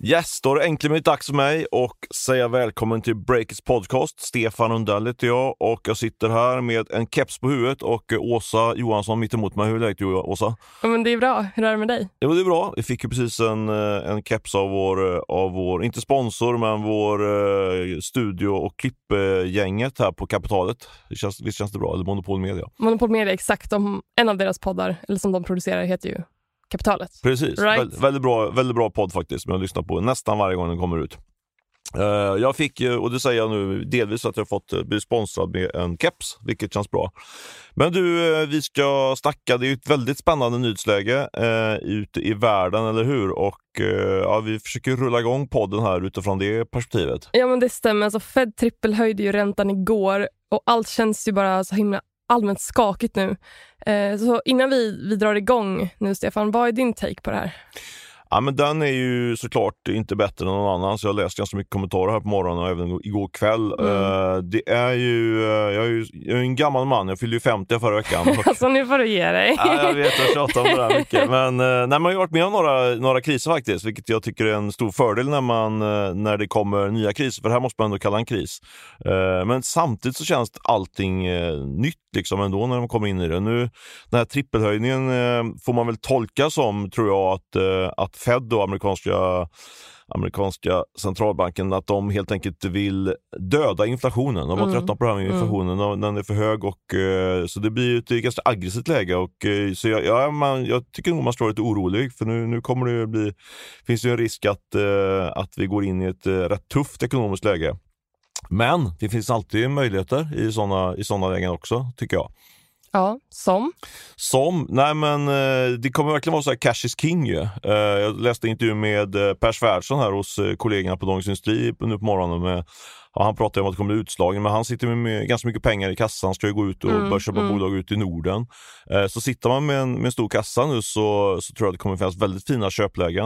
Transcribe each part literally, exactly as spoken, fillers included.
Yes, då är det äntligen dags för mig och säga välkommen till Breakits podcast. Stefan Undell heter jag och jag sitter här med en keps på huvudet och Åsa Johansson mitt emot mig. Hur är det läget, Åsa? Ja, men det är bra. Hur är det med dig? Jo, det är bra. Vi fick ju precis en, en keps av vår, av vår, inte sponsor, men vår uh, studio- och klippgänget här på Kapitalet. Det känns, visst känns det bra? Eller Monopol Media? Monopol Media, exakt. De, en av deras poddar, eller som de producerar, heter ju Kapitalet. Precis, right? Vä- väldigt, bra, väldigt bra podd faktiskt, men jag lyssnar på nästan varje gång den kommer ut. Uh, jag fick, och det säger jag nu delvis att jag har fått bli sponsrad med en keps, vilket känns bra. Men du, uh, vi ska snacka, det är ju ett väldigt spännande nyhetsläge uh, ute i världen, eller hur? Och uh, ja, vi försöker rulla igång podden här utifrån det perspektivet. Ja, men det stämmer. Alltså, Fed trippelhöjde ju räntan igår och allt känns ju bara så himla allmänt skakigt nu. Uh, så innan vi, vi drar igång nu, Stefan, vad är din take på det här? Ja, men den är ju såklart inte bättre än någon annan, så jag läste ganska mycket kommentarer här på morgonen och även igår kväll. Mm. Uh, det är ju, uh, jag är ju jag är en gammal man, jag fyllde ju femtio förra veckan. Alltså nu får du ge dig. Ja, jag vet, jag tjatar om det här mycket. Men uh, nej, man har ju varit med om några, några kriser faktiskt, vilket jag tycker är en stor fördel när, man, uh, när det kommer nya kriser, för det här måste man ändå kalla en kris. Uh, men samtidigt så känns allting uh, nytt liksom ändå när de kommer in i det. Nu, den här trippelhöjningen uh, får man väl tolka som, tror jag, att, uh, att Fed och amerikanska, amerikanska centralbanken, att de helt enkelt vill döda inflationen. De var mm. tröttna på det här med inflationen. Mm. Den är för hög och uh, så det blir ett ganska aggressivt läge och uh, så jag, ja, man, jag tycker nog man står lite orolig, för nu, nu kommer det bli, finns det ju en risk att, uh, att vi går in i ett uh, rätt tufft ekonomiskt läge. Men det finns alltid möjligheter i sådana i sådana lägen också, tycker jag. Ja, som? Som? Nej, men det kommer verkligen vara så här, cash is king ju. Jag läste en intervju med Per Svärdson här hos kollegorna på Dagens Industri nu på morgonen med. Ja, han pratar om att det kommer utslagen, men han sitter med, med ganska mycket pengar i kassan, ska ju gå ut och mm, börja köpa mm. bolag ut i Norden. Eh, så sitter man med en, med en stor kassa nu så, så tror jag att det kommer finnas väldigt fina köplägen.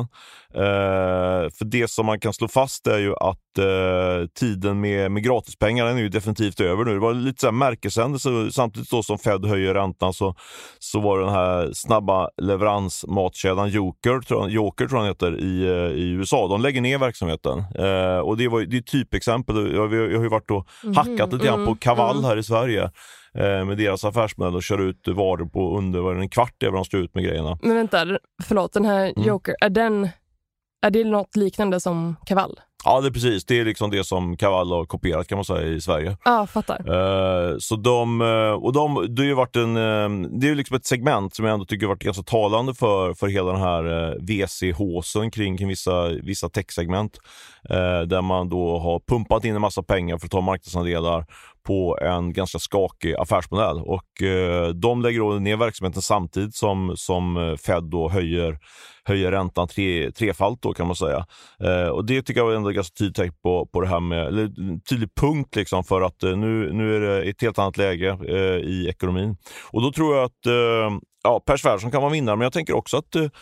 Eh, för det som man kan slå fast är ju att eh, tiden med, med gratispengar är ju definitivt över nu. Det var lite så här märkeshändelse, samtidigt då som Fed höjer räntan så, så var den här snabba leveransmatkedjan Joker, tror, Joker tror jag heter, i, i U S A. De lägger ner verksamheten. Eh, och det var det är typexempel. Jag, jag har ju varit och hackat lite grann på Kavall här i Sverige eh, med deras affärsmodell och kör ut varor på under vad är det, en kvart över de står ut med grejerna. Men vänta, förlåt, den här Joker, mm. är, den, är det något liknande som Kavall? Ja, det är precis. Det är liksom det som Kavall har kopierat, kan man säga, i Sverige. Ja, ah, fattar. Uh, så de, och de, det har ju varit en, det är ju liksom ett segment som jag ändå tycker har varit ganska talande för, för hela den här uh, V C-håsen kring, kring vissa, vissa tech-segment. Uh, där man då har pumpat in en massa pengar för att ta marknadsandelar på en ganska skakig affärsmodell. Och uh, de lägger ner verksamheten samtidigt som, som Fed då höjer, höjer räntan tre, trefalt då, kan man säga. Uh, och det tycker jag ändå är ganska tydligt på, på det här med, eller tydlig punkt liksom, för att uh, nu, nu är det ett helt annat läge uh, i ekonomin. Och då tror jag att uh, ja, Per Svärdson kan man vinna, men jag tänker också att uh,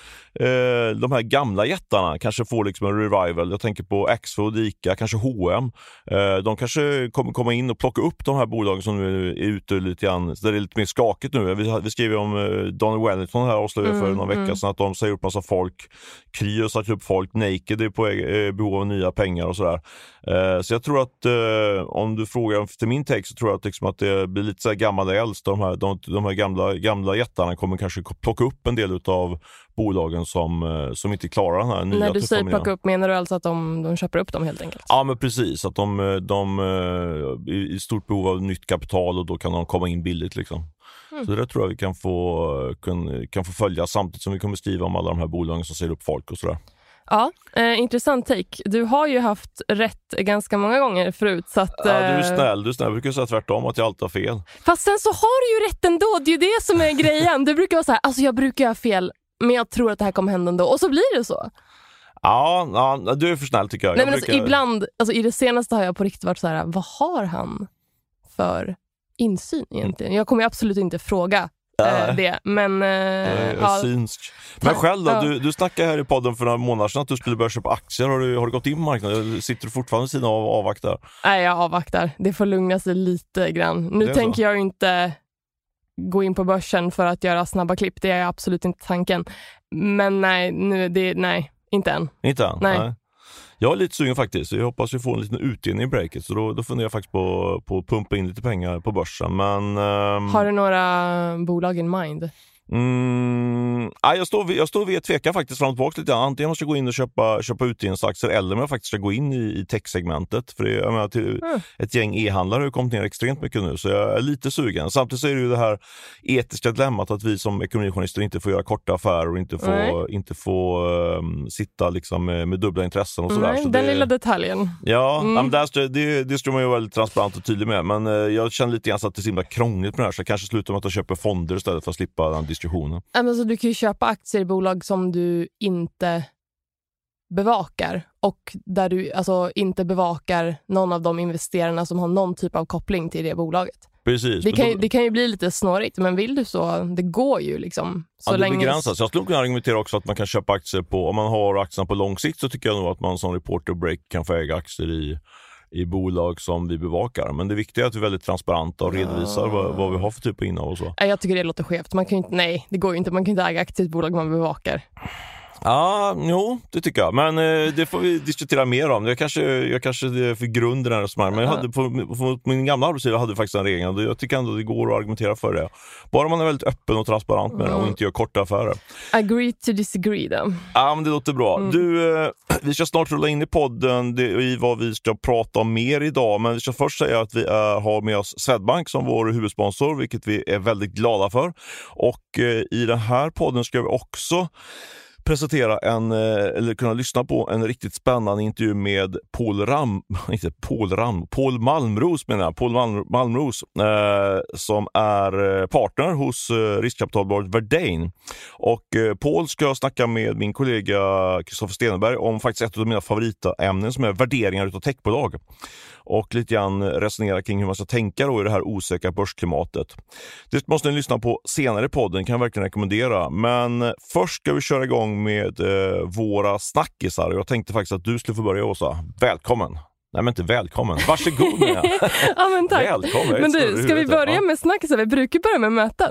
de här gamla jättarna kanske får liksom en revival. Jag tänker på Axfood, ICA, kanske H och M. Uh, de kanske kommer komma in och plocka upp de här bolagen som nu är ute lite grann, så det är lite mer skakigt nu. Vi, vi skrev om uh, Daniel Wellington här avslöjade för mm, någon vecka mm. sedan att de säger upp massa folk. Kry har sagt upp folk, Naked är på uh, behov av nya pengar och sådär. Uh, så jag tror att uh, om du frågar till min text så tror jag att, liksom, att det blir lite så här gammal äldst. De här, de, de här gamla, gamla jättarna kommer kanske plocka upp en del av bolagen som, som inte klarar den här nya. När du säger plocka upp, menar du alltså att de, de köper upp dem helt enkelt? Ja, men precis. Att de, de är i stort behov av nytt kapital och då kan de komma in billigt liksom. Mm. Så det tror jag vi kan få, kan, kan få följa samtidigt som vi kommer skriva om alla de här bolagen som säger upp folk och sådär. Ja, eh, intressant take. Du har ju haft rätt ganska många gånger förut. Så att, eh... ja, du är snäll. Du är snäll. Jag brukar säga tvärtom att jag alltid har fel. Fast sen så har du ju rätt ändå. Det är ju det som är grejen. Du brukar vara så här, alltså jag brukar ha fel, men jag tror att det här kommer hända ändå. Och så blir det så. Ja, ja du är för snäll tycker jag. Nej, jag men brukar... alltså, ibland, alltså i det senaste har jag på riktigt varit så här, vad har han för insyn egentligen? Jag kommer absolut inte fråga äh, det, men äh, ja. Synsk. Men själv då, ja. du, du snackade här i podden för några månader sedan att du skulle börja köpa aktier. Har du, har du gått in på marknaden? Sitter du fortfarande sidan av och avvaktar? Nej, jag avvaktar. Det får lugna sig lite grann. Nu tänker så. jag inte gå in på börsen för att göra snabba klipp. Det är absolut inte tanken. Men nej, nu, det, nej inte än. Inte än? Nej. nej. Jag är lite sugen faktiskt. Jag hoppas vi får en liten utdelning i breaket. Så då, då funderar jag faktiskt på, på att pumpa in lite pengar på börsen. Men, um... Har du några bolag in mind? Mm, ja, jag står jag står vid tveka faktiskt fram och tillbaka lite. Antingen måste jag gå in och köpa, köpa utdelningsaktier eller om jag faktiskt ska gå in i, i tech-segmentet. För det, jag menar, till, mm. ett gäng e-handlare har kommit ner extremt mycket nu, så jag är lite sugen. Samtidigt så är det ju det här etiska dilemmat att vi som ekonomijournalister inte får göra korta affärer och inte får, inte får um, sitta liksom med, med dubbla intressen och sådär. Nej, så den det, lilla detaljen. Ja, mm. men där, det, det ska man ju vara väldigt transparent och tydlig med. Men uh, jag känner lite grann så att det är så himla krångligt med det här, så jag kanske slutar med att jag köper fonder istället för att slippa den diskussionen. Alltså, du kan ju köpa aktier i bolag som du inte bevakar och där du alltså inte bevakar någon av de investerarna som har någon typ av koppling till det bolaget. Precis. Det kan, ju, det kan ju bli lite snårigt, men vill du så, det går ju liksom. Så ja, det länge... begränsas. Jag skulle kunna argumentera också att man kan köpa aktier på, om man har aktierna på lång sikt, så tycker jag nog att man som reporter break kan få äga aktier i i bolag som vi bevakar. Men det viktiga är att vi är väldigt transparenta och redovisar vad, vad vi har för typ av innehav och så. Jag tycker det låter skevt. Man kan ju inte, nej, det går ju inte. Man kan inte äga aktier i ett bolag man bevakar. Ja, jo, det tycker jag. Men eh, det får vi diskutera mer om. Jag kanske, jag kanske det är för grund i den här resonemangen. Men jag hade, på, på min gamla arbetsgivare hade faktiskt en regel. Och jag tycker ändå det går att argumentera för det. Bara man är väldigt öppen och transparent med mm. det och inte gör korta affärer. Agree to disagree då. Ja, men det låter bra. Mm. Du, eh, vi ska snart rulla in i podden det, i vad vi ska prata om mer idag. Men vi ska först säga att vi är, har med oss Swedbank som vår huvudsponsor, vilket vi är väldigt glada för. Och eh, i den här podden ska vi också presentera en, eller kunna lyssna på en riktigt spännande intervju med Paul Ram, inte Paul Ram, Paul Malmros menar jag, Paul Malm, Malmros eh, som är partner hos eh, riskkapitalbolaget Verdane. Och eh, Paul ska snacka med min kollega Kristoffer Stenberg om faktiskt ett av mina favoritämnen som är värderingar utav techbolag. Och lite grann resonera kring hur man ska tänka då i det här osäkra börsklimatet. Det måste ni lyssna på senare i podden, kan jag verkligen rekommendera. Men först ska vi köra igång med eh, våra snackisar. Jag tänkte faktiskt att du skulle få börja, Åsa. Välkommen! Nej, men inte välkommen. Varsågod med jag. Ja, men tack. Välkommen. Men du, ska vi börja med snackisar? Vi brukar börja med möten.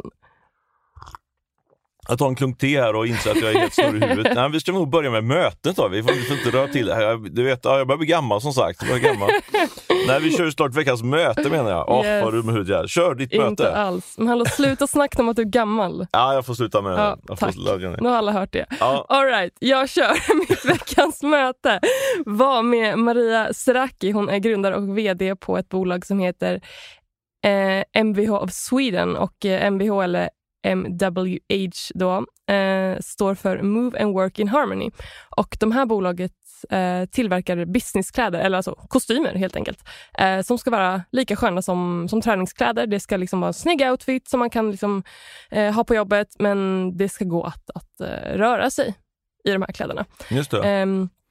Jag tar en klunk te här och inser att jag är helt snurrig i huvudet. Nej, vi ska nog börja med mötet då. Vi får, vi får inte röra till det här. Du vet, ja, jag börjar bli gammal som sagt. Jag börjar gammal. Nej, vi kör ju snart veckans möte menar jag. Åh, yes. Vad du med hud jag. Kör ditt inte möte. Inte alls. Men hallå, sluta snacka om att du är gammal. Ja, jag får sluta med ja, jag tack. Får nu har alla hört det. Ja. All right, jag kör mitt veckans möte. Var med Maria Seraki. Hon är grundare och vd på ett bolag som heter eh, M V H of Sweden. Och eh, M V H eller M W H då, eh, står för Move and Work in Harmony. Och de här bolaget eh, tillverkar businesskläder, eller alltså kostymer helt enkelt, eh, som ska vara lika sköna som, som träningskläder. Det ska liksom vara en snygg outfit som man kan liksom, eh, ha på jobbet, men det ska gå att, att eh, röra sig i de här kläderna. Just det. Eh,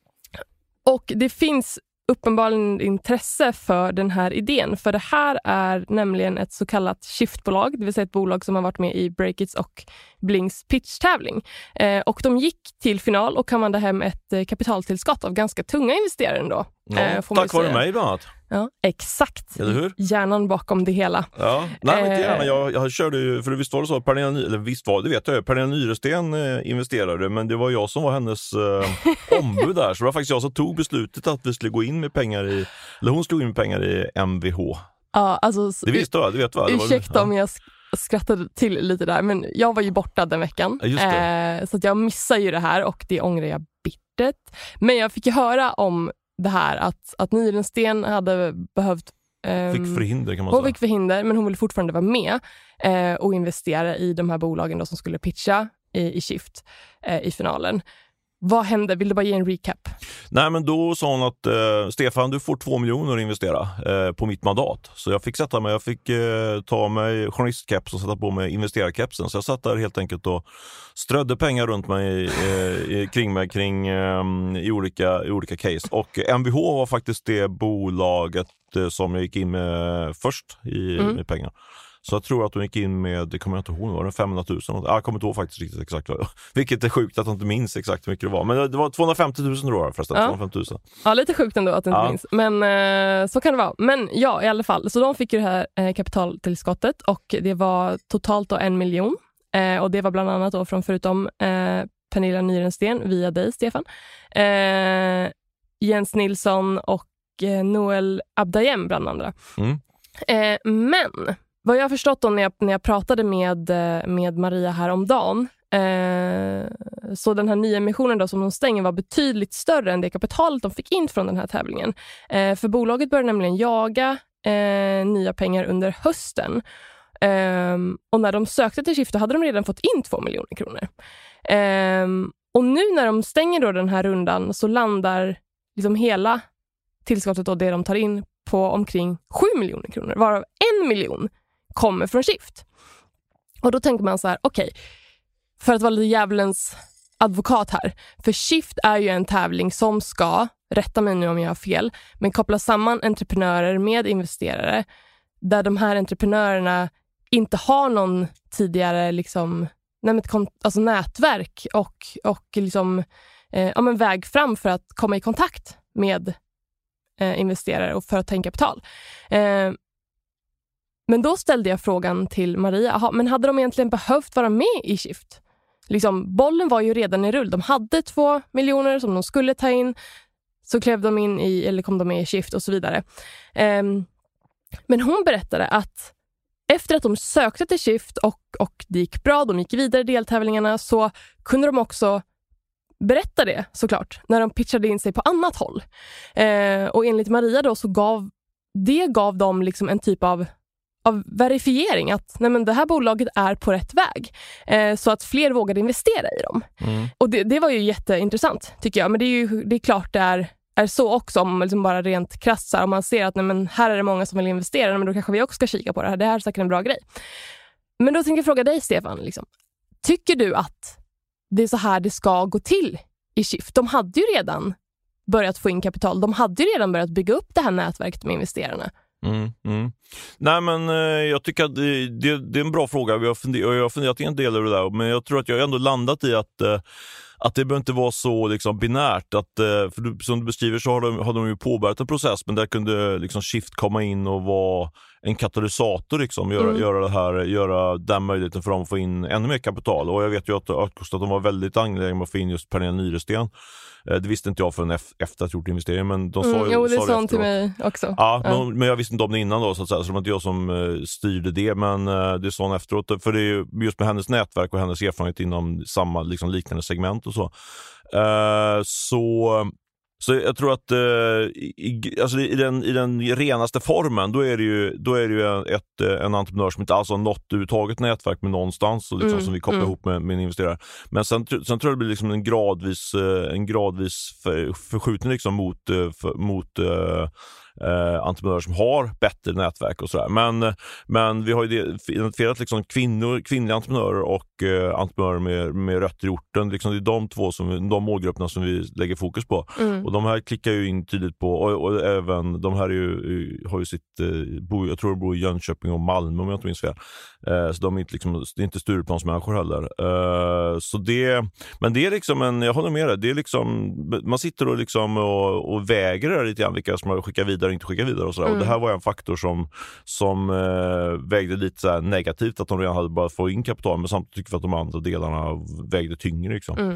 och det finns uppenbarligen intresse för den här idén. För det här är nämligen ett så kallat shiftbolag, det vill säga ett bolag som har varit med i Breakits och Blinks pitchtävling. Eh, och de gick till final och kammade hem ett eh, kapitaltillskott av ganska tunga investerare ändå. Ja, eh, tack vare mig bland annat. Ja, exakt. Eller hur? Hjärnan bakom det hela. Ja, nej men inte gärna. Jag, jag körde ju, för visst var det så, Pernilla Ny, eller visst var det, det vet jag ju, Pernilla Nyresten eh, investerade, men det var jag som var hennes eh, ombud där. Så det var faktiskt jag som tog beslutet att vi skulle gå in med pengar i, eller hon slog in med pengar i M V H. Ja, alltså, det visste jag, du vet vad. Ursäkta om jag skrattade till lite där, men jag var ju borta den veckan. Ja, just det. Eh, så att jag missade ju det här och det ångrar jag bittert. Men jag fick ju höra om det här att, att Nyrensten hade behövt um, fick förhinder kan man hon säga. Fick förhinder, men hon ville fortfarande vara med eh, och investera i de här bolagen då som skulle pitcha i, i Shift eh, i finalen. Vad hände? Vill du bara ge en recap? Nej, men då sa hon att eh, Stefan, du får två miljoner att investera eh, på mitt mandat. Så jag fick sätta mig, jag fick eh, ta mig journalistkeps och sätta på mig investerarkepsen. Så jag satt där helt enkelt och strödde pengar runt mig eh, kring mig kring, eh, i, olika, i olika case. Och M V H var faktiskt det bolaget eh, som jag gick in med först i, mm. med pengar. Så jag tror att hon gick in med, det kommer jag inte ihåg, var det femhundratusen? Jag kommer inte ihåg faktiskt riktigt exakt vad det var. Vilket är sjukt att jag inte minns exakt hur mycket det var. Men det var tvåhundrafemtio tusen tror jag förresten. Ja. tvåhundrafemtio tusen. Ja, lite sjukt ändå att det inte ja. minns. Men eh, så kan det vara. Men ja, i alla fall. Så de fick ju det här eh, kapitaltillskottet och det var totalt då en miljon. Eh, och det var bland annat då från förutom eh, Pernilla Nyrensten via dig, Stefan. Eh, Jens Nilsson och eh, Noel Abdayem bland andra. Mm. Eh, men vad jag har förstått då när jag, när jag pratade med, med Maria här om dagen, eh, så den här nyemissionen då som de stänger var betydligt större än det kapitalet de fick in från den här tävlingen. Eh, för bolaget började nämligen jaga eh, nya pengar under hösten. Eh, och när de sökte till Shift hade de redan fått in två miljoner kronor. Eh, och nu när de stänger då den här rundan så landar liksom hela tillskottet och det de tar in på omkring sju miljoner kronor, varav en miljon kommer från Shift. Och då tänker man så här, okej, okay, för att vara lite djävulens advokat här, för Shift är ju en tävling som ska, rätta mig nu om jag har fel, men koppla samman entreprenörer med investerare, där de här entreprenörerna inte har någon tidigare liksom, nej, alltså nätverk och, och liksom, eh, ja, men väg fram för att komma i kontakt med eh, investerare och för att ta in kapital. Eh, men då ställde jag frågan till Maria, aha, men hade de egentligen behövt vara med i Shift? Liksom, bollen var ju redan i rull. De hade två miljoner som de skulle ta in, så klev de in i, eller kom de med i Shift och så vidare. Eh, men hon berättade att efter att de sökte till Shift och, och det gick bra, de gick vidare i deltävlingarna, så kunde de också berätta det såklart när de pitchade in sig på annat håll. Eh, och enligt Maria då så gav det gav dem liksom en typ av, av verifiering att nej men det här bolaget är på rätt väg. Eh, så att fler vågade investera i dem. Mm. Och det, det var ju jätteintressant tycker jag. Men det är ju det är klart det är är så också om man liksom bara rent krasst så här, om man ser att nej, men här är det många som vill investera, men då kanske vi också ska kika på det här. Det här är säkert en bra grej. Men då tänker jag fråga dig, Stefan, liksom, tycker du att det är så här det ska gå till i Shift? De hade ju redan börjat få in kapital. De hade ju redan börjat bygga upp det här nätverket med investerarna. Mm, mm. Nej men eh, jag tycker att det, det, det är en bra fråga. Jag har funderat, jag har funderat en del över det där, men jag tror att jag har ändå landat i att eh, att det behöver inte vara så liksom binärt att, eh, för du, som du beskriver så har de, har de ju påbörjat en process, men där kunde liksom Shift komma in och vara en katalysator liksom, göra, mm. göra det här, göra den möjligheten för dem att få in ännu mer kapital. Och jag vet ju att, att de var väldigt angelägna om att få in just Pernilla Nyresten. Det visste inte jag förrän efter att gjort investeringen, men de sa ju... Mm, jo, det sa sa till mig också. Ja, ja. Men, men jag visste inte om det innan då, så att säga, så det var inte jag som uh, styrde det, men uh, det sa hon efteråt. För det är ju just med hennes nätverk och hennes erfarenhet inom samma liksom, liknande segment och så. Uh, så... Så jag tror att uh, i, alltså i, den, i den renaste formen då är det ju, då är det ju ett, en entreprenör som inte alls har nått uttaget nätverk med någonstans och liksom, mm, som vi kopplar mm. ihop med, med en investerare. Men sen, sen tror jag det blir liksom en gradvis, en gradvis för, förskjutning liksom mot, för, mot uh, Uh, entreprenörer som har bättre nätverk och sådär. Men, men vi har ju identifierat liksom kvinnor, kvinnliga entreprenörer och uh, entreprenörer med, med rötter i orten. Liksom det är de två som, de målgrupperna som vi lägger fokus på. Mm. Och de här klickar ju in tydligt på, och, och även de här är ju, har ju sitt, uh, bo, jag tror de bor i Jönköping och Malmö om jag inte minns fel. Uh, så de är inte, liksom, det är inte Stureplansmänniskor heller. Uh, så det, men det är liksom en, jag håller med dig, det är liksom, man sitter och, liksom och, och väger det lite grann vilka som har skickat vidare och inte skicka vidare och sådär. Mm. Och det här var en faktor som, som eh, vägde lite så här negativt, att de redan hade börjat få in kapital, men samtidigt tycker vi att de andra delarna vägde tyngre liksom. Mm.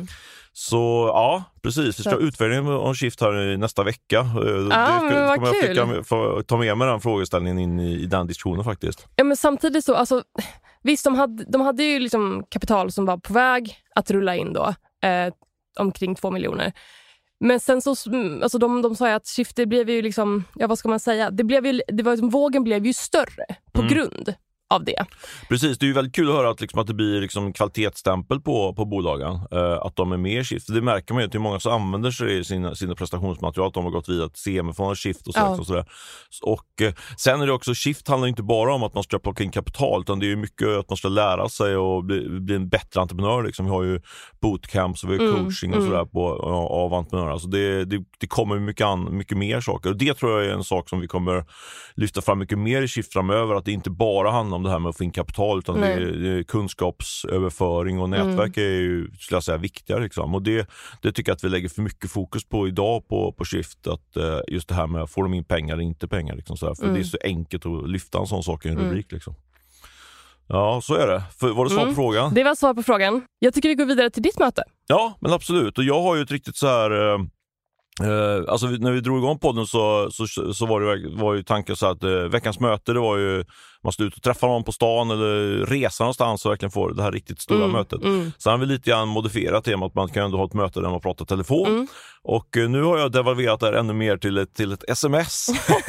Så ja, precis. Vi ska ha utvärdering om Shift här nästa vecka. Ja, det ska, men vad kommer kul. Jag fick, få ta med mig den frågeställningen in i, i den diskussionen faktiskt. Ja, men samtidigt så, alltså, visst, de hade, de hade ju liksom kapital som var på väg att rulla in då, eh, omkring två miljoner. Men sen så, alltså de, de sa ju att Shift, det blev ju liksom, ja vad ska man säga, det blev ju, det var, vågen blev ju större på mm. grund av det. Precis, det är ju väldigt kul att höra att, liksom, att det blir liksom kvalitetsstämpel på, på bolagen, uh, att de är med i Shift. Det märker man ju att det är många som använder sig i sina, sina prestationsmaterial, att de har gått vidare till C M från Shift och, så, ja. och sådär. Och uh, sen är det också, Shift handlar inte bara om att man ska plocka in kapital, utan det är ju mycket att man ska lära sig och bli, bli en bättre entreprenör. Liksom. Vi har ju bootcamps och vi har mm, coaching och mm. sådär på, av entreprenörer. Alltså det, det, det kommer mycket, an, mycket mer saker, och det tror jag är en sak som vi kommer lyfta fram mycket mer i Shift framöver, att det inte bara handlar om det här med att få in kapital, utan det är, det är kunskapsöverföring och nätverk mm. är ju, skulle jag säga, viktiga liksom. Och det, det tycker jag att vi lägger för mycket fokus på idag på, på Shift, att uh, just det här med får de in pengar eller inte pengar liksom, så här. För mm. det är så enkelt att lyfta en sån sak i en rubrik mm. liksom. Ja, så är det. För, var det svar på mm. frågan? Det var svar på frågan. Jag tycker vi går vidare till ditt möte. Ja, men absolut. Och jag har ju ett riktigt så här uh, Uh, alltså när vi drog igång podden så, så, så var det var ju tanken så att uh, veckans möte, det var ju man stod ut och träffa någon på stan eller resa någonstans och verkligen få det här riktigt stora mm, mötet. Mm. Så han vill lite grann modifiera temat att man kan ändå ha ett möte där man pratar telefon. Mm. Och uh, nu har jag devalverat det ännu mer till ett, till ett sms.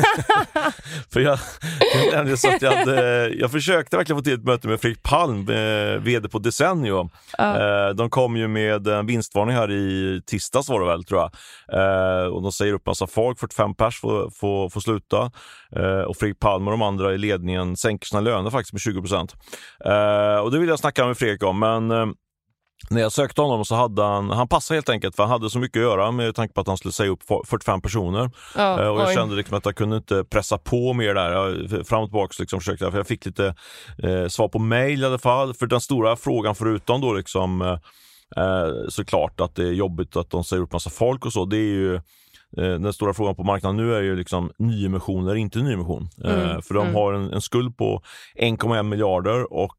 För jag, jag, så att jag, hade, jag försökte verkligen få till ett möte med Fredrik Palm, eh, vd på Desenio. Uh. Eh, de kom ju med en vinstvarning här i tisdags var det väl, tror jag. Eh, och de säger upp massa folk, fyrtiofem pers får, får, får sluta. Eh, och Fredrik Palm och de andra i ledningen sänker sina löner faktiskt med tjugo procent. Eh, och det vill jag snacka med Fredrik om, men eh, när jag sökte honom så hade han, han passade helt enkelt för han hade så mycket att göra med tanke på att han skulle säga upp fyrtiofem personer. Ja, eh, och jag oj. kände liksom att jag kunde inte pressa på mer där. Jag, fram och tillbaka liksom försökte jag, för jag fick lite eh, svar på mail i alla fall. För den stora frågan förutom då liksom eh, såklart att det är jobbigt att de säger upp massa folk och så, det är ju den stora frågan på marknaden nu är ju liksom nyemission eller inte nyemission. Mm, eh, för de mm. har en, en skuld på en komma en miljarder och,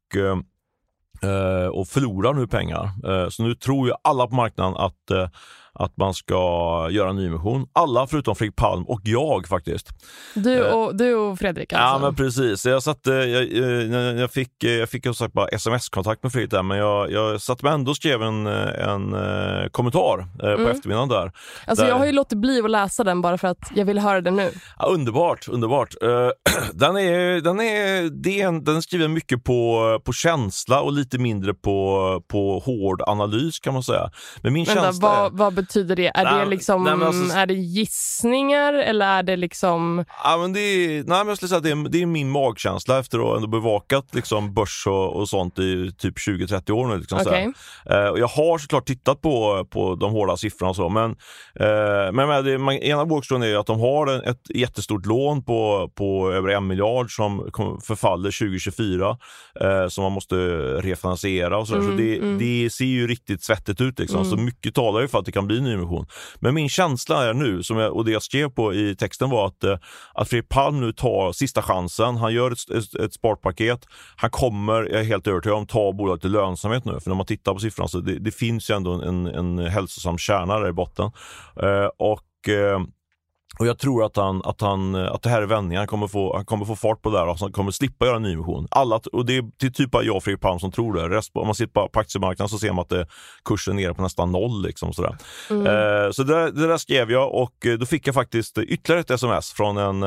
eh, och förlorar nu pengar. Eh, så nu tror ju alla på marknaden att, eh, att man ska göra en nyemission. Alla förutom Fredrik Palm och jag faktiskt. Du och, du och Fredrik alltså? Ja, men precis. Jag, satt, jag, jag, jag fick, jag fick sagt bara sms-kontakt med Fredrik där, men jag, jag satt med ändå och skrev en, en, en kommentar på mm. eftermiddagen där. Alltså där... jag har ju låtit bli att läsa den bara för att jag vill höra den nu. Ja, underbart, underbart. den är, den är, det är en, den skriver mycket på, på känsla och lite mindre på, på hård analys kan man säga. Men min Vänta, känsla vad, är... vad betyder det? Är nej, det liksom nej, alltså... är det gissningar eller är det liksom... Ja, men det är, nej, men jag skulle säga att det är, det är min magkänsla efter att ha ändå bevakat liksom börs och, och sånt i typ tjugo trettio år nu. Liksom, okay. uh, och jag har såklart tittat på, på de hårda siffrorna och så, men, uh, men med det, man, ena vågstrån är ju att de har en, ett jättestort lån på, på över en miljard som förfaller tjugo tjugofyra uh, som man måste refinansiera och så, mm, så det, mm. det ser ju riktigt svettigt ut liksom. Mm. Så mycket talar ju för att det kan bli nyemission. Men min känsla är nu, som jag, och det jag skrev på i texten var att, att Fredrik Palm nu tar sista chansen. Han gör ett, ett, ett spartpaket. Han kommer, jag är helt övertygad om, ta bolaget till lönsamhet nu. För när man tittar på siffrorna så det, det finns ju ändå en, en hälsosam kärna där i botten. Uh, och... Uh, Och jag tror att han att han att det här är vändningen, han kommer få han kommer få fart på det där och han kommer slippa göra en nyemission. Alla, och det är till typ av jag och Fredrik Palm som tror det. Rest, om man sitter på, på aktiemarknaden så ser man att det, kursen är nere på nästan noll liksom sådär. Mm. Eh, så det, det där skrev jag och då fick jag faktiskt ytterligare ett sms från en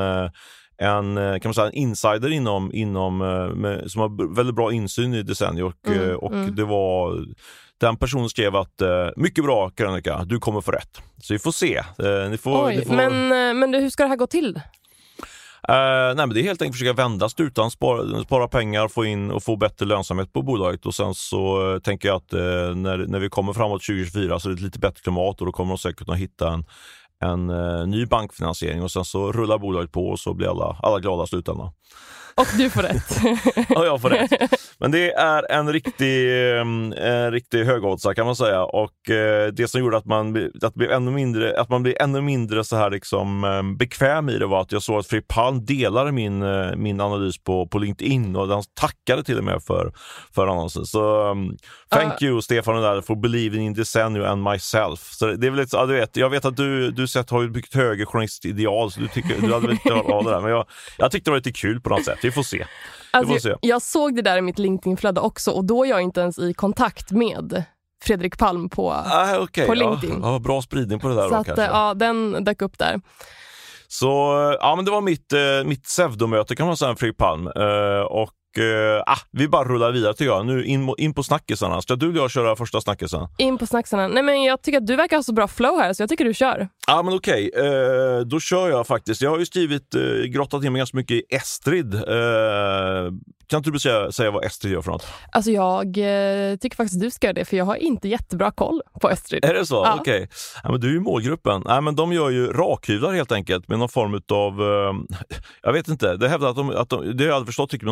en kan man säga en insider inom inom med, som har väldigt bra insyn i Desenio och mm. och mm. det var den personen skrev att eh, mycket bra krönika, du kommer få rätt. Så vi får se. Eh, ni får, Oj, ni får... Men, men hur ska det här gå till? Uh, nej, men det är helt enkelt att försöka vända utan spara, spara pengar, få in och få bättre lönsamhet på bolaget. Och sen så uh, tänker jag att uh, när, när vi kommer framåt tjugo tjugofyra så är det ett lite bättre klimat och då kommer de säkert att hitta en, en uh, ny bankfinansiering och sen så rullar bolaget på och så blir alla, alla glada i slutändan. Och du får rätt. Ja, jag får rätt. Men det är en riktig, en riktig högoddsare kan man säga. Och eh, det som gjorde att man, att, blir ännu mindre, att man blir ännu mindre så här liksom, eh, bekväm i det var att jag såg att Fredrik Palm delade min, eh, min analys på, på LinkedIn och den tackade till och med för, för annonsen. Så um, thank uh. you Stefan och där for believing in Desenio and myself. Så det är väl lite, ja, du vet, jag vet att du, du sett, har ju byggt högre journalistideal så du, tycker, du hade väl inte av det där. Men jag, jag tyckte det var lite kul på något sätt. Vi får se. Alltså, får se. Jag, jag såg det där i mitt LinkedIn-flöde också och då är jag inte ens i kontakt med Fredrik Palm på, ah, okay. på LinkedIn. Ja, ja, bra spridning på det där så då, att, kanske. Ja, den dök upp där. Så ja, men det var mitt, eh, mitt pseudomöte kan man säga, Fredrik Palm. Eh, och Uh, ah, vi bara rullar vidare tycker jag. Nu in, in på snackisarna. Ska du och jag köra första snackisen? In på snackisarna. Nej men jag tycker att du verkar ha så bra flow här så jag tycker du kör. Ja ah, men okej. Okay. Uh, då kör jag faktiskt. Jag har ju skrivit, uh, grottat in mig ganska mycket i Estrid. Uh, kan inte du säga, säga vad Estrid gör för något? Alltså jag uh, tycker faktiskt att du ska göra det för jag har inte jättebra koll på Estrid. Är det så? Ja. Okej. Okay. Ja, men du är ju målgruppen. Nej, men de gör ju rakhyvlar helt enkelt med någon form av uh, jag vet inte. Det hävdar att de, att de det har jag aldrig förstått tycker men de är vegan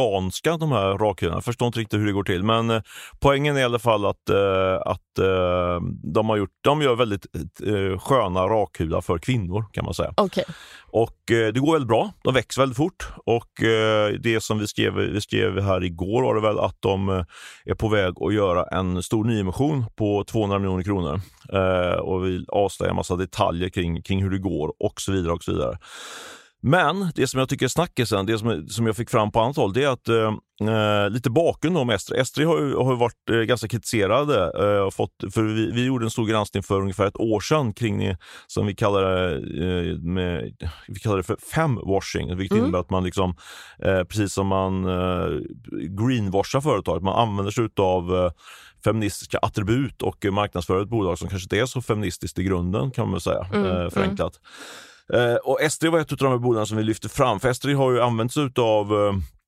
veganska, de här rakhyvlarna. Jag förstår inte riktigt hur det går till. Men eh, poängen är i alla fall att, eh, att eh, de, har gjort, de gör väldigt eh, sköna rakhyvlar för kvinnor, kan man säga. Okay. Och eh, det går väldigt bra. De växer väldigt fort. Och eh, det som vi skrev, vi skrev här igår var det väl att de eh, är på väg att göra en stor nyemission på tvåhundra miljoner kronor. Eh, och vi avslöjar en massa detaljer kring, kring hur det går och så vidare och så vidare. Men det som jag tycker är snackisen, det som, som jag fick fram på annat håll, det är att eh, lite bakgrund om Estri. Estri har ju, har ju varit eh, ganska kritiserade. Eh, och fått, för vi, vi gjorde en stor granskning för ungefär ett år sedan kring som vi kallar det, eh, med, vi kallar det för femwashing. Vilket mm. innebär att man liksom, eh, precis som man eh, greenwashar företag, man använder sig av eh, feministiska attribut och marknadsför ett bolag som kanske inte är så feministiskt i grunden, kan man säga, mm. eh, förenklat. Mm. Uh, och Estri var ett av de här bolagen som vi lyfte fram. För Estri har ju använts av uh,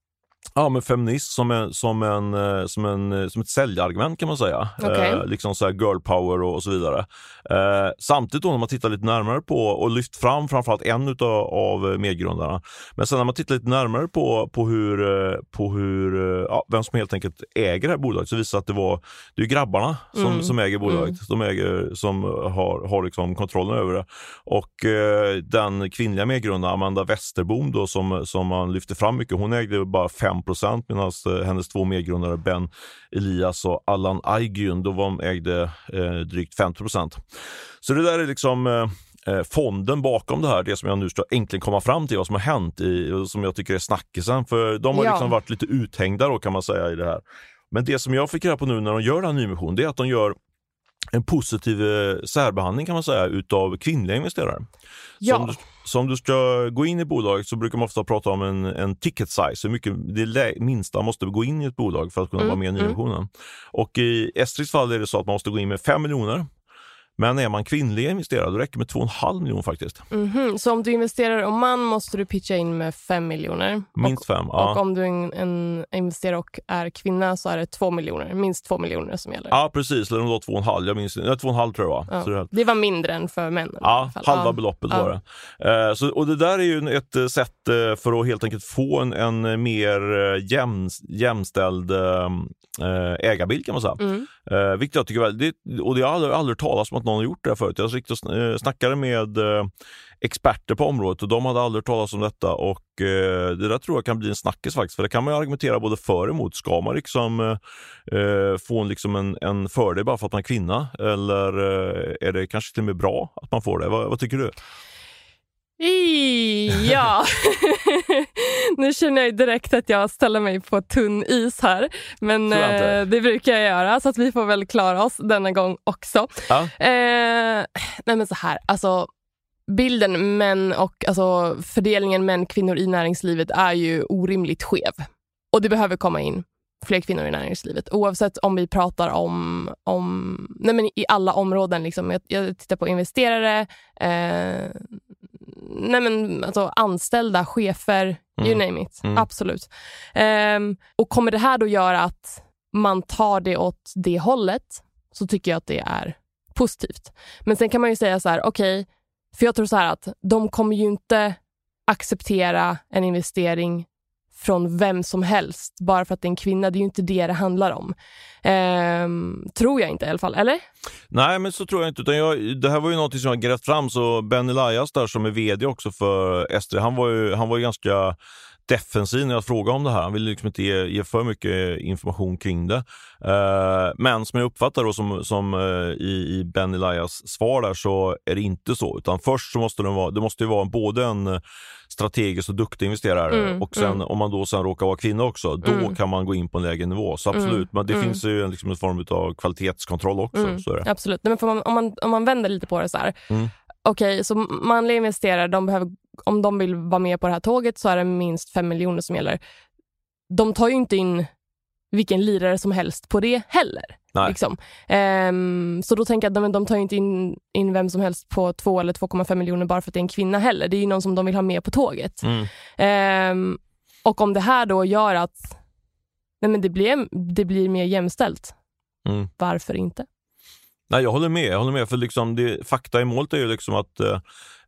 ja, men feminist som, en, som, en, uh, som, en, uh, som ett säljargument, kan man säga. Okay. Uh, liksom så här girl power och, och så vidare. Uh, samtidigt då när man tittar lite närmare på och lyft fram framförallt en utav, av medgrundarna. Men sen när man tittar lite närmare på, på, hur, uh, på hur, uh, ja, vem som helt enkelt äger det här bolaget, så visar att det var det är grabbarna som, mm. som äger bolaget. Mm. De äger, som har, har liksom kontrollen över det. Och uh, den kvinnliga medgrundaren Amanda Westerbom då, som, som man lyfter fram mycket, hon ägde bara fem procent medan uh, hennes två medgrundare Ben Elias och Allan Aygün då var de ägde uh, drygt femtio procent. Så det där är liksom eh, fonden bakom det här, det som jag nu ska äntligen komma fram till vad som har hänt i, och som jag tycker är snackisen, för de har ja. liksom varit lite uthängda då, kan man säga, i det här. Men det som jag fick reda på nu när de gör den här nyemission, det är att de gör en positiv eh, särbehandling, kan man säga, utav kvinnliga investerare. Ja. Som, så om du ska gå in i bolaget så brukar man ofta prata om en, en ticket size, hur mycket det lä- minsta måste gå in i ett bolag för att kunna mm, vara med i nyemissionen. Mm. Och i Estris fall är det så att man måste gå in med fem miljoner. Men är man kvinnlig investerare, då räcker med två och en halv miljon faktiskt. Mm-hmm. Så om du investerar om man måste du pitcha in med fem miljoner. Minst och, fem, ja. Och om du en, en investerar och är kvinna så är det två miljoner. Minst två miljoner som gäller. Ja, precis. Eller då två och en halv. Jag minns, två och en halv tror jag. Ja. Så det, det var mindre än för männen. Ja, halva ja. beloppet ja. var det. Eh, så, och det där är ju ett sätt för att helt enkelt få en, en mer jäm, jämställd eh, ägarbild, kan man säga. Mm. Eh, vilket jag tycker väl, det, och det har aldrig, aldrig talas om att någon har gjort det förut. Jag riktigt snackade med eh, experter på området och de hade aldrig talat om detta, och eh, det där tror jag kan bli en snackis faktiskt, för det kan man ju argumentera både för och emot. Ska man liksom eh, få en, liksom en, en fördel bara för att man är kvinna, eller eh, är det kanske till och med bra att man får det? Vad, vad tycker du? Ja, nu känner jag direkt att jag ställer mig på tunn is här, men eh, det brukar jag göra, så att vi får väl klara oss denna gång också. Ja. Eh, nej men så här, alltså bilden män och alltså fördelningen män-kvinnor i näringslivet är ju orimligt skev, och det behöver komma in fler kvinnor i näringslivet, oavsett om vi pratar om, om nej men i alla områden liksom. jag, jag tittar på investerare, eh, nej men alltså anställda, chefer, mm. you name it, mm. absolut. Um, och kommer det här då göra att man tar det åt det hållet, så tycker jag att det är positivt. Men sen kan man ju säga så här, okej, okay, för jag tror så här att de kommer ju inte acceptera en investering från vem som helst bara för att det är en kvinna. Det är ju inte det det handlar om. Ehm, tror jag inte i alla fall, eller? Nej, men så tror jag inte. Utan jag, det här var ju något som jag grävt fram. Så Ben Elias där, som är vd också för Estri, han var ju, han var ju ganska defensiv när jag frågade om det här. Han ville liksom inte ge, ge för mycket information kring det. Uh, men som jag uppfattar då, som, som uh, i, i Ben Elias svar där, så är det inte så. Utan först så måste det vara, det måste ju vara både en strategisk och duktig investerare, mm, och sen mm. om man då sen råkar vara kvinna också, då mm. kan man gå in på en lägre nivå. Så absolut, mm. men det mm. finns ju en, liksom en form av kvalitetskontroll också. Mm. Så är det. Absolut, men för man, om, man, om man vänder lite på det så här, mm. okej, okay, så manliga investerare, de behöver, om de vill vara med på det här tåget, så är det minst fem miljoner som gäller. De tar ju inte in vilken lirare som helst på det heller. Liksom. Um, så då tänker jag att de, de tar ju inte in, in vem som helst på två eller två komma fem miljoner bara för att det är en kvinna heller. Det är ju någon som de vill ha med på tåget. Mm. Um, och om det här då gör att nej men det, blir, det blir mer jämställt, mm. varför inte? Nej, jag håller med. Jag håller med för liksom det, fakta i målet är ju liksom att uh,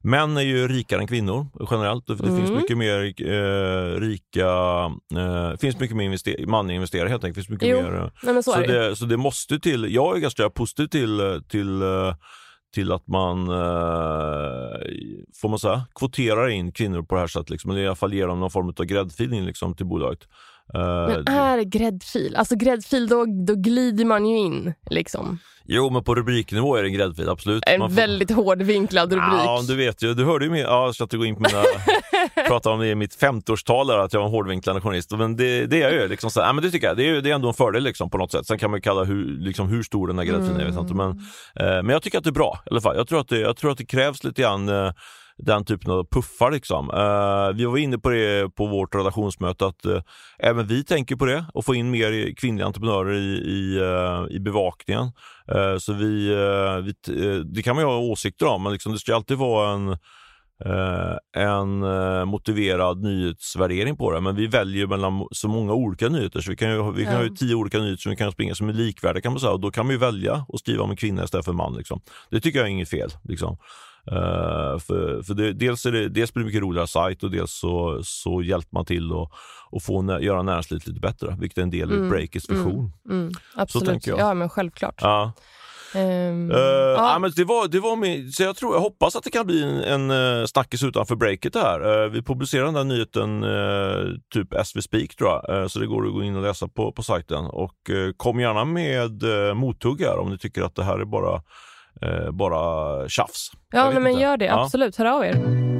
män är ju rikare än kvinnor generellt. Det mm. finns mycket mer eh, rika, eh, finns mycket mer invester- manliga investerare helt enkelt. Finns mycket jo. mer, Nej, men så, så, är det. Det, så det måste till, jag är ganska positiv till, till, till att man eh, får man säga, kvoterar in kvinnor på det här sättet. Liksom, eller i alla fall ger dem någon form av gräddfil liksom, till bolaget. Men är det gräddfil? Alltså gräddfil, då, då glider man ju in liksom. Jo, men på rubriknivå är det en gräddfil, absolut. En man får... väldigt hårdvinklad rubrik. Ja, du vet ju, du hörde ju mig, ja, jag ska inte gå in på mina prata om det i mitt femtioårstal där, att jag var en hårdvinklad journalist, men det, det är ju liksom så, ja, men det tycker jag, det är, det är ändå en fördel liksom på något sätt. Sen kan man ju kalla hur, liksom, hur stor den här gräddfilen är, mm. vet inte, men, eh, men jag tycker att det är bra i alla fall. Jag tror att det, jag tror att det krävs lite grann eh, den typen av puffar liksom. Uh, vi var inne på det på vårt redaktionsmöte att uh, även vi tänker på det och få in mer kvinnliga entreprenörer i, i, uh, i bevakningen. Uh, så vi, uh, vi uh, det kan man ju ha åsikter om, men liksom, det ska alltid vara en uh, en uh, motiverad nyhetsvärdering på det, men vi väljer mellan så många olika nyheter, så vi kan ju, vi kan mm. ha ju tio olika nyheter som vi kan springa som är likvärdiga, kan man säga, och då kan man ju välja att skriva om en kvinna istället för en man liksom. Det tycker jag är inget fel liksom. Uh, för, för det, dels, är det, dels blir det mycket roligare sajt, och dels så, så hjälper man till att och få nä, göra näringslivet lite bättre, vilket är en del i mm, Breakers vision. Mm, mm, absolut, ja, men självklart. Ja. Um, uh, ja. Ja, men det var, det var med, så jag, tror, jag hoppas att det kan bli en, en uh, snackis utanför breaket här. Uh, vi publicerar den där nyheten uh, typ as we speak, tror jag. Uh, så det går att gå in och läsa på, på sajten. Och uh, kom gärna med uh, mothuggar om ni tycker att det här är bara Uh, bara tjafs. Ja, nej, men gör det. Ja. Absolut, hör av er.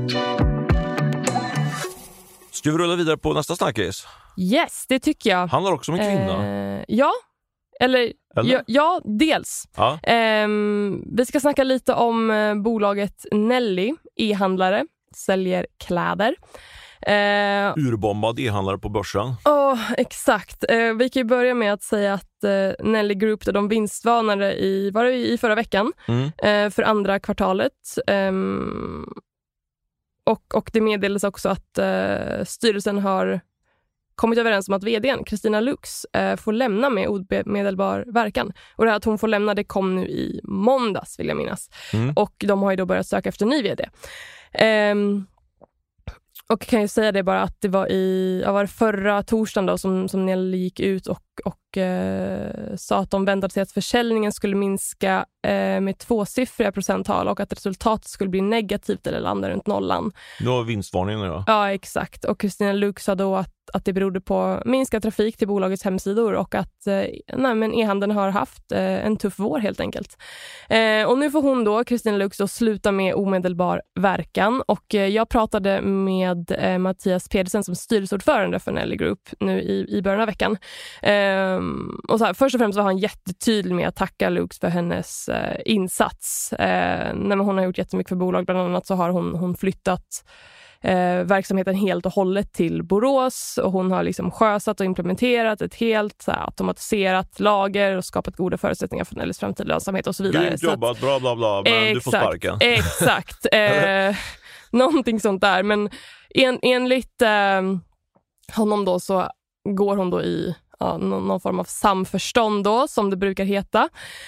Ska vi rulla vidare på nästa snackis? Yes, det tycker jag. Handlar också om en kvinna. Uh, ja, eller, eller? Ja, ja, dels. Ja. Um, vi ska snacka lite om uh, bolaget Nelly, e-handlare, säljer kläder. Uh, Urbombad e-handlare på börsen. Ja, oh, exakt. Uh, vi kan ju börja med att säga att uh, Nelly Group, där de vinstvarnade i, var det i förra veckan mm. uh, för andra kvartalet. Um, och, och det meddelas också att uh, styrelsen har kommit överens om att vdn Kristina Lux uh, får lämna med omedelbar verkan. Och det här att hon får lämna, det kom nu i måndags, vill jag minnas. Mm. Och de har ju då börjat söka efter ny vd. Um, Och kan ju säga det bara att det var i ja, var det förra torsdagen då som, som Nelly gick ut och, och eh, sa att de väntade sig att försäljningen skulle minska eh, med tvåsiffriga procenttal och att resultatet skulle bli negativt eller landa runt nollan. Det var vinstvarningen då? Ja, exakt. Och Kristina Lux sa då att, att det berodde på minskad trafik till bolagets hemsidor och att eh, nej, men e-handeln har haft eh, en tuff vår helt enkelt. Eh, och nu får hon då, Kristina Lux, då sluta med omedelbar verkan. Och eh, jag pratade med eh, Mattias Pedersen som styrelseordförande för Nelly Group nu i, i början av veckan. Eh, och så här, först och främst var han jättetydlig med att tacka Lux för hennes eh, insats. Eh, när hon har gjort jättemycket för bolag, bland annat så har hon, hon flyttat Eh, verksamheten helt och hållet till Borås, och hon har liksom sjösatt och implementerat ett helt så här, automatiserat lager och skapat goda förutsättningar för Nellys framtida lönsamhet och så vidare. Grymt jobbat, att, bla bla bla, men exakt, du får sparken. Exakt. Eh, någonting sånt där, men en, enligt eh, honom då så går hon då i ja, någon, någon form av samförstånd då, som det brukar heta.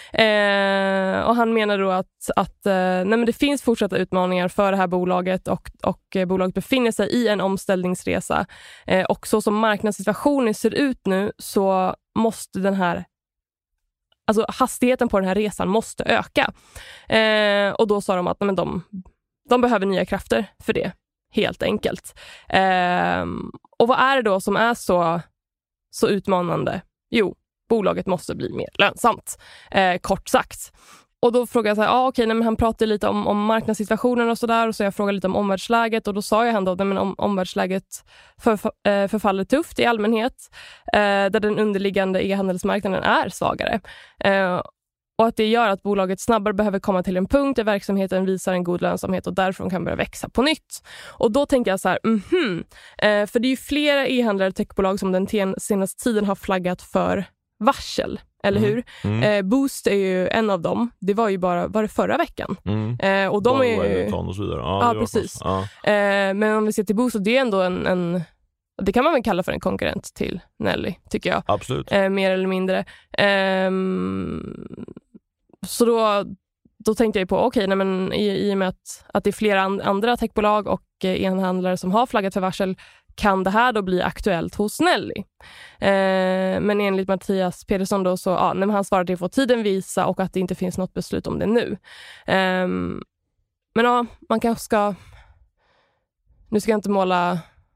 Eh, och han menar då att, att eh, nej men det finns fortsatta utmaningar för det här bolaget, och, och eh, bolaget befinner sig i en omställningsresa. Eh, och så som marknadssituationen ser ut nu så måste den här alltså hastigheten på den här resan måste öka. Eh, och då sa de att nej men de, de behöver nya krafter för det, helt enkelt. Eh, och vad är det då som är så så utmanande? Jo, bolaget måste bli mer lönsamt, eh, kort sagt. Och då frågade jag så här, ah, okej, nej, men han pratade lite om, om marknadssituationen och sådär, och så jag frågade lite om omvärldsläget, och då sa jag han då, nej, men om omvärldsläget för, för, förfaller tufft i allmänhet, eh, där den underliggande e-handelsmarknaden är svagare. Eh, och att det gör att bolaget snabbare behöver komma till en punkt där verksamheten visar en god lönsamhet och därifrån kan börja växa på nytt. Och då tänker jag så här, mhm, eh, för det är ju flera e-handlare och techbolag som den ten- senaste tiden har flaggat för varsel, eller hur? Mm. Mm. Eh, Boost är ju en av dem. Det var ju bara var det förra veckan. Mm. Eh, och de är ju... Och så vidare. Ja, ja precis. Ja. Eh, men om vi ser till Boost, så det är ändå en... en det kan man väl kalla för en konkurrent till Nelly, tycker jag. Absolut. Eh, mer eller mindre. Eh, så då då tänkte jag på, okej, okay, men i, i och med att, att det är flera and, andra techbolag och eh, enhandlare som har flaggat för varsel, kan det här då bli aktuellt hos Nelly? Eh, men enligt Mattias Pedersson då så, ja, när han svarar att det får tiden visa och att det inte finns något beslut om det nu. Eh, men ja, man kanske ska, nu ska jag inte måla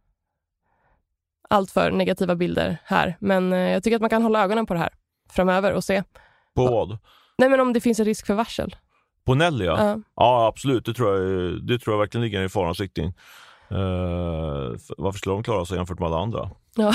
allt för negativa bilder här, men eh, jag tycker att man kan hålla ögonen på det här framöver och se. På vad? Nej, men om det finns en risk för varsel. På Nelly, ja. Uh. Ja, absolut. Det tror jag, det tror jag verkligen ligger i farans riktning. Uh, varför skulle de klara sig jämfört med alla andra? Ja.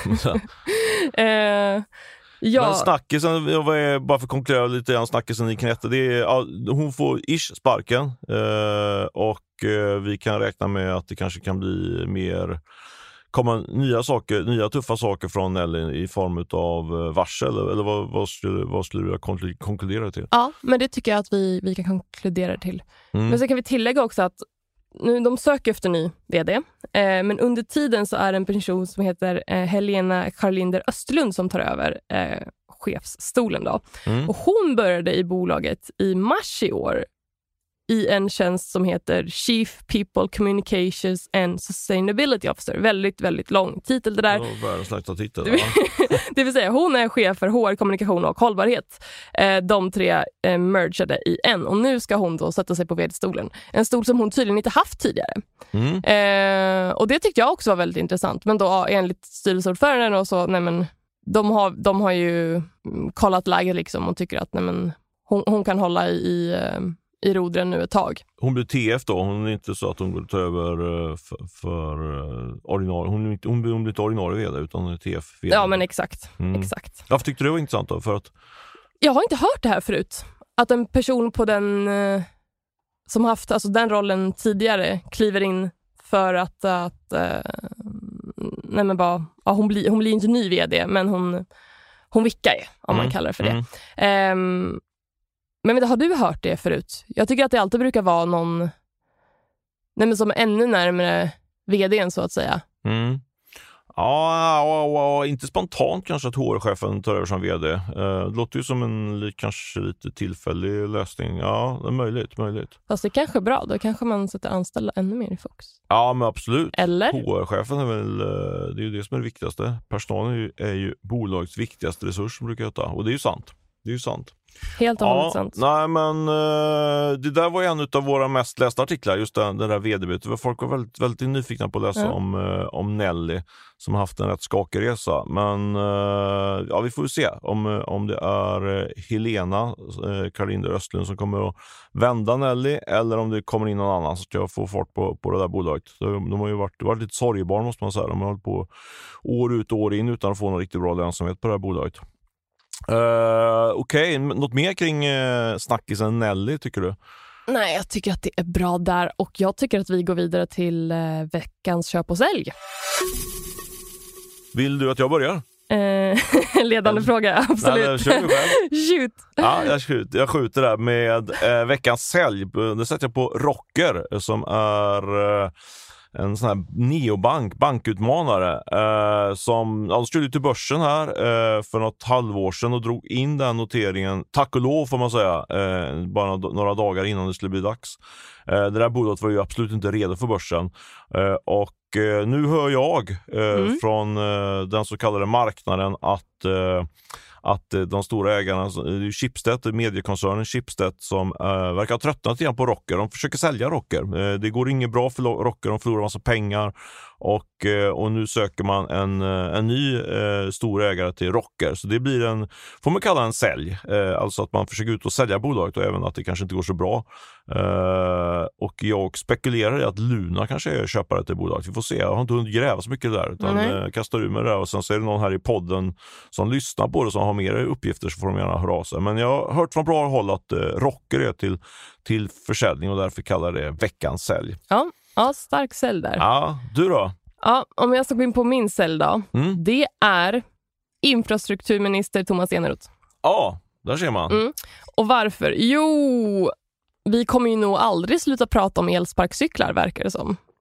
uh, ja. Men snackisen, jag var bara för att konkludera lite grann, snackisen i Knätte, det är, ja, hon får ish sparken uh, och uh, vi kan räkna med att det kanske kan bli mer, komma nya saker, nya tuffa saker från Nelly i form av varsel, eller vad, vad, skulle, vad skulle du vilja konkludera till? Ja, men det tycker jag att vi, vi kan konkludera till. Mm. Men så kan vi tillägga också att nu, de söker efter ny vd, eh, men under tiden så är det en person som heter eh, Helena Karlinder Österlund som tar över eh, chefsstolen då. Mm. Och hon började i bolaget i mars i år i en tjänst som heter Chief People Communications and Sustainability Officer. Väldigt, väldigt lång titel det där. Det världens längsta titel. Det vill säga, hon är chef för H R, kommunikation och hållbarhet. Eh, de tre eh, mergade i en. Och nu ska hon då sätta sig på vd-stolen. En stol som hon tydligen inte haft tidigare. Mm. Eh, och det tyckte jag också var väldigt intressant. Men då enligt styrelseordföranden och så, nej men, de har, de har ju kollat läget liksom och tycker att nej men, hon, hon kan hålla i... i i rodren nu ett tag. Hon blir T F då, hon är inte så att hon går ta över för, för ordinarie, hon, är hon, hon blir inte ordinarie vd utan hon är T F vd. Ja men exakt, mm. exakt. Varför tyckte du det var intressant då? För att... Jag har inte hört det här förut. Att en person på den som haft alltså den rollen tidigare kliver in för att, att nej men bara, ja, hon blir hon blir inte ny vd men hon, hon vickar ju, om mm. man kallar det för det. Mm. Um, Men har du hört det förut? Jag tycker att det alltid brukar vara någon nej men som är ännu närmare vdn så att säga. Mm. Ja, ja, ja, inte spontant kanske att H R-chefen tar över som vd. Uh, det låter ju som en kanske lite tillfällig lösning. Ja, det är möjligt, möjligt. Fast det är kanske bra, då kanske man sätter anställda ännu mer i fokus. Ja, men absolut. Eller? H R-chefen är väl, det är ju det som är det viktigaste. Personalen är ju, är ju bolagets viktigaste resurs som brukar heta. Och det är ju sant. Det är ju sant. Helt och hållet ja, sant. Nej, men uh, det där var ju en av våra mest lästa artiklar, just den, den där vd-bytet. Folk var väldigt, väldigt nyfikna på att läsa mm. om, uh, om Nelly som har haft en rätt skakig resa. Men uh, ja, vi får ju se om, uh, om det är uh, Helena uh, Karlinder Östlund som kommer att vända Nelly eller om det kommer in någon annan som ska få fart på, på det där bolaget. De, de har ju varit, varit lite sorgebarn måste man säga. De har hållit på år ut och år in utan att få någon riktigt bra lönsamhet på det här bolaget. Uh, Okej, okay. Något mer kring uh, snackisen Nelly tycker du? Nej, jag tycker att det är bra där och jag tycker att vi går vidare till uh, veckans köp och sälj. Vill du att jag börjar? Uh, ledande mm. fråga, absolut. Nej, kör du själv. Shoot. Ja, jag skjuter, jag skjuter där med uh, veckans sälj. Det sätter jag på Rocker som är... Uh, en sån här neobank, bankutmanare eh, som alltså, skulle till börsen här eh, för något halvår sedan och drog in den noteringen, tack och lov får man säga, eh, bara några dagar innan det skulle bli dags. Eh, det där bolaget var ju absolut inte redo för börsen eh, och eh, nu hör jag eh, mm. från eh, den så kallade marknaden att eh, att de stora ägarna, Schibsted, mediekoncernen Schibsted som äh, verkar ha tröttnat igen på Rocker. De försöker sälja Rocker. Äh, det går inget bra för Rocker, de förlorar massa pengar och, äh, och nu söker man en, en ny äh, stor ägare till Rocker. Så det blir en, får man kalla en sälj. Äh, alltså att man försöker ut och sälja bolaget och även att det kanske inte går så bra. Äh, och jag spekulerar i att Luna kanske är köpare till bolaget. Vi får se, jag har inte hunnit gräva så mycket där utan äh, kastar ur med det där och sen så är det någon här i podden som lyssnar på det som har mer uppgifter så får de gärna höra av sig. Men jag har hört från bra håll att eh, Rocker är till, till försäljning och därför kallar det veckans sälj. Ja, ja, stark sälj där. Ja, du då? Ja, om jag ska gå in på min sälj då. Mm. Det är infrastrukturminister Tomas Eneroth. Ja, där ser man. Mm. Och varför? Jo, vi kommer ju nog aldrig sluta prata om elsparkcyklar verkar det som.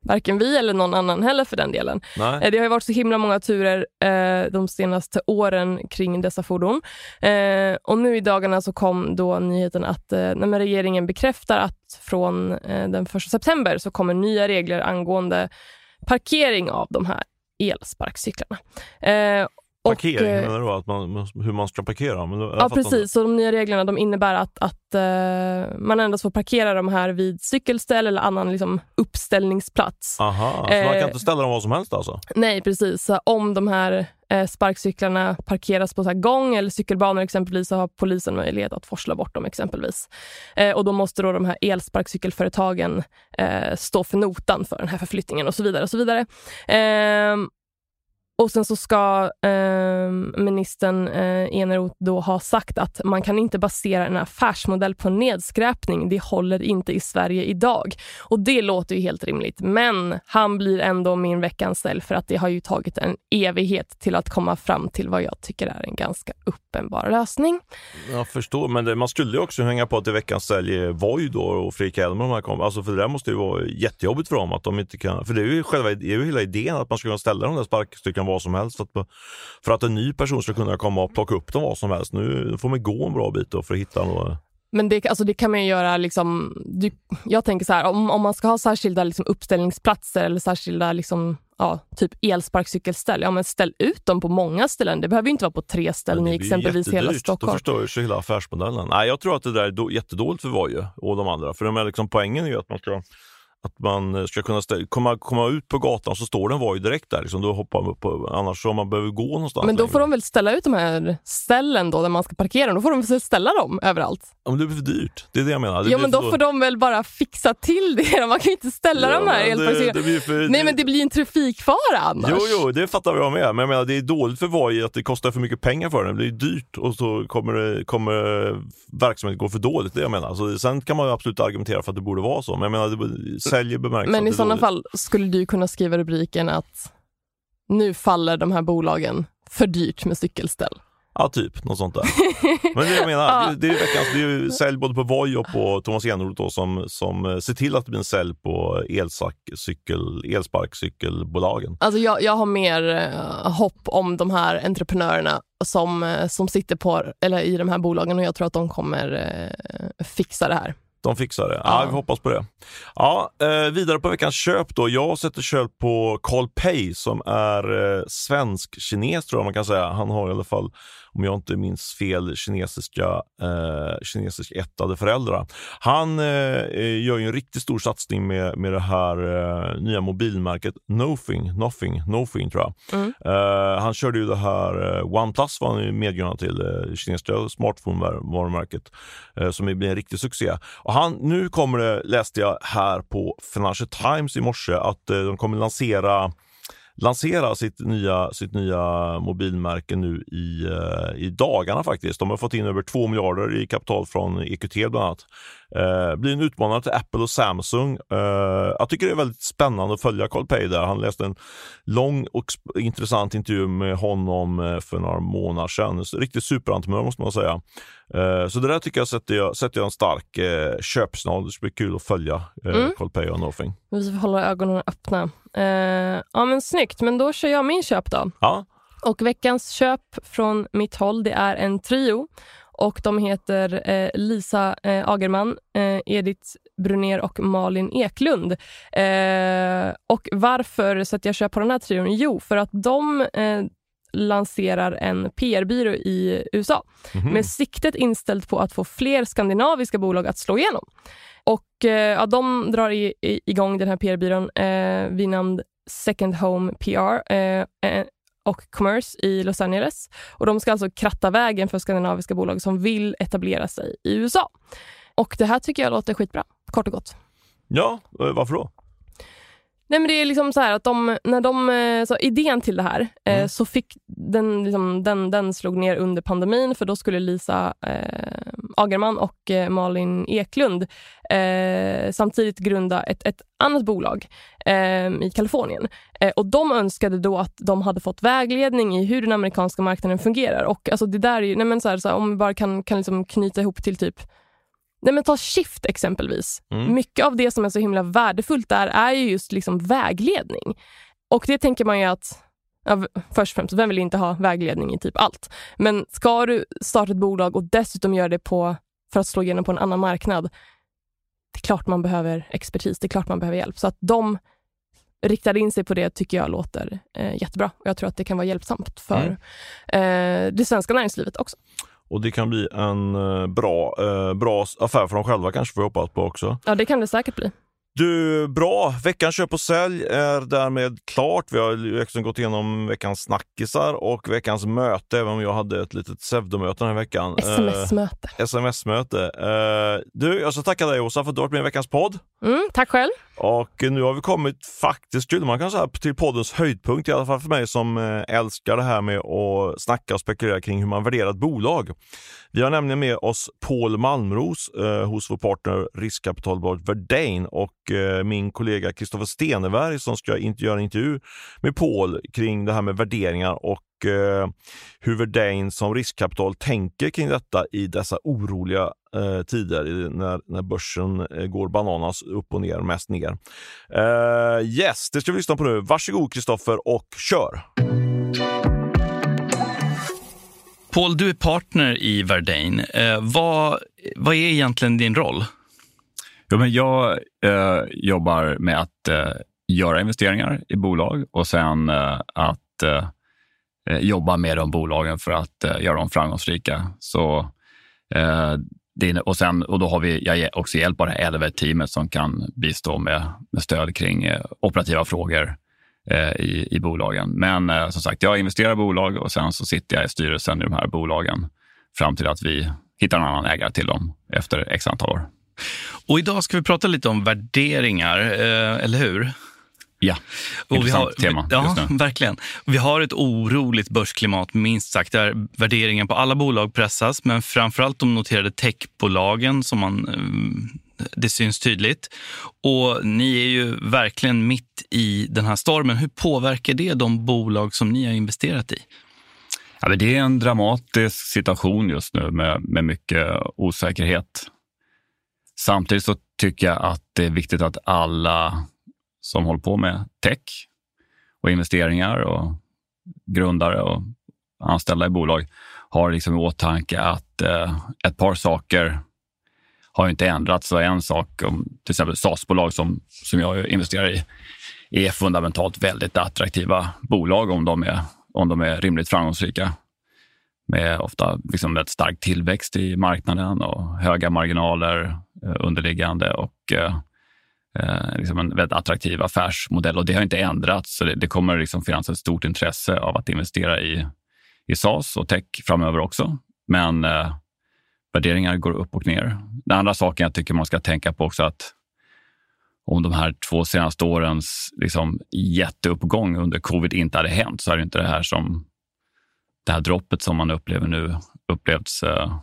varken vi eller någon annan heller för den delen. Nej. Det har ju varit så himla många turer eh, de senaste åren kring dessa fordon. Eh, och nu i dagarna så kom då nyheten att eh, när regeringen bekräftar att från eh, den första september så kommer nya regler angående parkering av de här elsparkcyklarna. Eh, Parkering, menar du att man, hur man ska parkera? Men ja, precis. Så de nya reglerna de innebär att, att uh, man endast får parkera de här vid cykelställ eller annan liksom, uppställningsplats. Aha, så eh, man kan inte ställa dem vad som helst alltså? Nej, precis. Så om de här eh, sparkcyklarna parkeras på så här gång- eller cykelbanor exempelvis så har polisen möjlighet att forsla bort dem exempelvis. Eh, och då måste då de här elsparkcykelföretagen eh, stå för notan för den här förflyttningen och så vidare och så vidare. Eh, Och sen så ska eh, ministern eh, Eneroth då ha sagt att man kan inte basera en affärsmodell på nedskräpning. Det håller inte i Sverige idag. Och det låter ju helt rimligt. Men han blir ändå min veckans ställ för att det har ju tagit en evighet till att komma fram till vad jag tycker är en ganska uppenbar lösning. Jag förstår, men det, man skulle ju också hänga på att i veckans sälj Voi då och Fredrik Hellman de här kom. Alltså för det där måste ju vara jättejobbigt för dem att de inte kan, för det är ju själva det är ju hela idén att man ska kunna ställa de där sparkstycken vad som helst för att, för att en ny person ska kunna komma och plocka upp dem vad som helst. Nu får man gå en bra bit då för att hitta något. Men det, alltså det kan man ju göra liksom, du, jag tänker så här, om, om man ska ha särskilda liksom uppställningsplatser eller särskilda liksom, ja, typ elsparkcykelställ, ja men ställ ut dem på många ställen. Det behöver ju inte vara på tre ställen i exempelvis hela Stockholm. Då förstör ju hela affärsmodellen. Nej, jag tror att det där är do- jättedåligt för Voi och de andra. För de är liksom, poängen är ju att man ska att man ska kunna stä- komma, komma ut på gatan så står den var ju direkt där. Liksom, då hoppar man upp på, annars så man behöver gå någonstans. Men då längre. får de väl ställa ut de här ställen då där man ska parkera. Då får de väl ställa dem överallt. Ja, men det blir för dyrt. Det är det jag menar. Det ja, men då för... får de väl bara fixa till det. Man kan ju inte ställa ja, de här elsparkcyklarna. För... Nej, men det blir en trafikfara annars. Jo, jo, det fattar vi med. Men jag menar, det är dåligt för Voi att det kostar för mycket pengar för den. Det blir dyrt och så kommer, det, kommer verksamheten gå för dåligt. Det jag menar. Så sen kan man ju absolut argumentera för att det borde vara så. Men jag menar, det säljer bemärks. Men i sådana fall skulle du kunna skriva rubriken att nu faller de här bolagen för dyrt med cykelställ. Ja, typ. Något sånt där. Men det jag menar, ja. det, det är ju veckans, det är ju sälj både på Voi och på Thomas Eneroth då, som, som ser till att det blir en sälj på elcykel, elsparkcykelbolagen. Alltså jag, jag har mer uh, hopp om de här entreprenörerna som, uh, som sitter på, eller i de här bolagen, och jag tror att de kommer uh, fixa det här. De fixar det. Ja, ja, vi hoppas på det. Ja, eh, vidare på veckans köp då. Jag sätter köp på Carl Pei som är eh, svensk-kines tror jag man kan säga. Han har i alla fall, om jag inte minns fel, kinesiska eh, kinesisk ättade föräldrar. Han eh, gör ju en riktigt stor satsning med, med det här eh, nya mobilmärket Nothing, Nothing, Nothing tror jag. Mm. Eh, han körde ju det här eh, OnePlus var han medgrundad till eh, kinesiska smartphone-varumärket eh, som blir en riktig succé. Och han, nu kommer det, läste jag här på Financial Times i morse, att eh, de kommer lansera lansera sitt nya, sitt nya mobilmärke nu i, uh, i dagarna faktiskt. De har fått in över två miljarder i kapital från E Q T bland annat. Uh, blir en utmanare till Apple och Samsung. Uh, jag tycker det är väldigt spännande att följa Carl Pei där. Han läste en lång och sp- intressant intervju med honom uh, för några månader sedan. Så riktigt superentreprenör måste man säga. Uh, så det där tycker jag sätter jag, sätter jag en stark uh, köpsignal. Det ska bli kul att följa uh, mm. Carl Pei och Nothing. Vi får hålla ögonen öppna. Uh, ja men snyggt, men då kör jag min köp då. Ja. Och veckans köp från mitt håll, det är en trio. Och de heter eh, Lisa eh, Agerman, eh, Edith Bruner och Malin Eklund. Eh, och varför sätter jag köp på den här trion? Jo, för att de eh, lanserar en P R-byrå i U S A. Mm-hmm. Med siktet inställt på att få fler skandinaviska bolag att slå igenom. Och eh, ja, de drar i, i, igång den här P R-byrån eh, vid namn Second Home P R eh, eh, och Commerce i Los Angeles. Och de ska alltså kratta vägen för skandinaviska bolag som vill etablera sig i U S A. Och det här tycker jag låter skitbra, kort och gott. Ja, varför då? Nej, men det är liksom så här att de, när de, så idén till det här mm. eh, så fick den, liksom, den, den slog ner under pandemin, för då skulle Lisa eh, Agerman och eh, Malin Eklund eh, samtidigt grunda ett, ett annat bolag eh, i Kalifornien. Eh, och de önskade då att de hade fått vägledning i hur den amerikanska marknaden fungerar. Och alltså det där är ju, nej men så här, så här, om vi bara kan, kan liksom knyta ihop till typ Nej, men ta Shift exempelvis. Mm. Mycket av det som är så himla värdefullt där är ju just liksom vägledning. Och det tänker man ju att, ja, först och främst, vem vill inte ha vägledning i typ allt? Men ska du starta ett bolag och dessutom göra det på, för att slå igenom på en annan marknad, det är klart man behöver expertis, det är klart man behöver hjälp. Så att de riktar in sig på det tycker jag låter eh, jättebra. Och jag tror att det kan vara hjälpsamt för mm. eh, det svenska näringslivet också. Och det kan bli en uh, bra, uh, bra affär för dem själva, kanske får jag hoppas på också. Ja, det kan det säkert bli. Du, bra. Veckans köp och sälj är därmed klart. Vi har också gått igenom veckans snackisar och veckans möte, även om jag hade ett litet pseudomöte den här veckan. Sms-möte. Eh, sms-möte. Eh, du, jag ska tacka dig, Åsa, för att du har varit med i veckans podd. Mm, tack själv. Och nu har vi kommit faktiskt, skulle man kan säga, till poddens höjdpunkt, i alla fall för mig som älskar det här med att snacka och spekulera kring hur man värderar ett bolag. Vi har nämligen med oss Paul Malmros eh, hos vår partner riskkapitalbolaget Verdane och eh, min kollega Kristoffer Steneberg som ska inte göra en intervju med Paul kring det här med värderingar och eh, hur Verdane som riskkapital tänker kring detta i dessa oroliga eh, tider när, när börsen eh, går bananas upp och ner, mest ner. Eh, yes, det ska vi lyssna på nu. Varsågod Kristoffer och kör! Paul, du är partner i Verdane. Eh, vad, vad är egentligen din roll? Ja, men jag eh, jobbar med att eh, göra investeringar i bolag och sen eh, att eh, jobba med de bolagen för att eh, göra dem framgångsrika. Så, eh, det, och, sen, och då har vi jag också hjälp av det här Elevate-teamet som kan bistå med, med stöd kring eh, operativa frågor I, i bolagen. Men eh, som sagt, jag investerar i bolag och sen så sitter jag i styrelsen i de här bolagen fram till att vi hittar en annan ägare till dem efter x antal år. Och idag ska vi prata lite om värderingar, eh, eller hur? Ja, och vi har, tema ja, just nu. Verkligen. Vi har ett oroligt börsklimat, minst sagt, där värderingen på alla bolag pressas, men framförallt de noterade techbolagen som man... Eh, det syns tydligt. Och ni är ju verkligen mitt i den här stormen. Hur påverkar det de bolag som ni har investerat i? Ja, men det är en dramatisk situation just nu med, med mycket osäkerhet. Samtidigt så tycker jag att det är viktigt att alla som håller på med tech och investeringar och grundare och anställda i bolag har liksom i åtanke att eh, ett par saker har inte ändrats. Så en sak om till exempel SaaS-bolag som, som jag investerar i är fundamentalt väldigt attraktiva bolag om de är, om de är rimligt framgångsrika. Med ofta liksom ett stark tillväxt i marknaden och höga marginaler eh, underliggande och eh, liksom en väldigt attraktiv affärsmodell. Och det har inte ändrats, så det, det kommer liksom finnas ett stort intresse av att investera i, i SaaS och tech framöver också. Men eh, värderingar går upp och ner. Den andra saken jag tycker man ska tänka på också att om de här två senaste årens liksom jätteuppgång under covid inte hade hänt så är det inte det här som det här droppet som man upplever nu upplevts eh,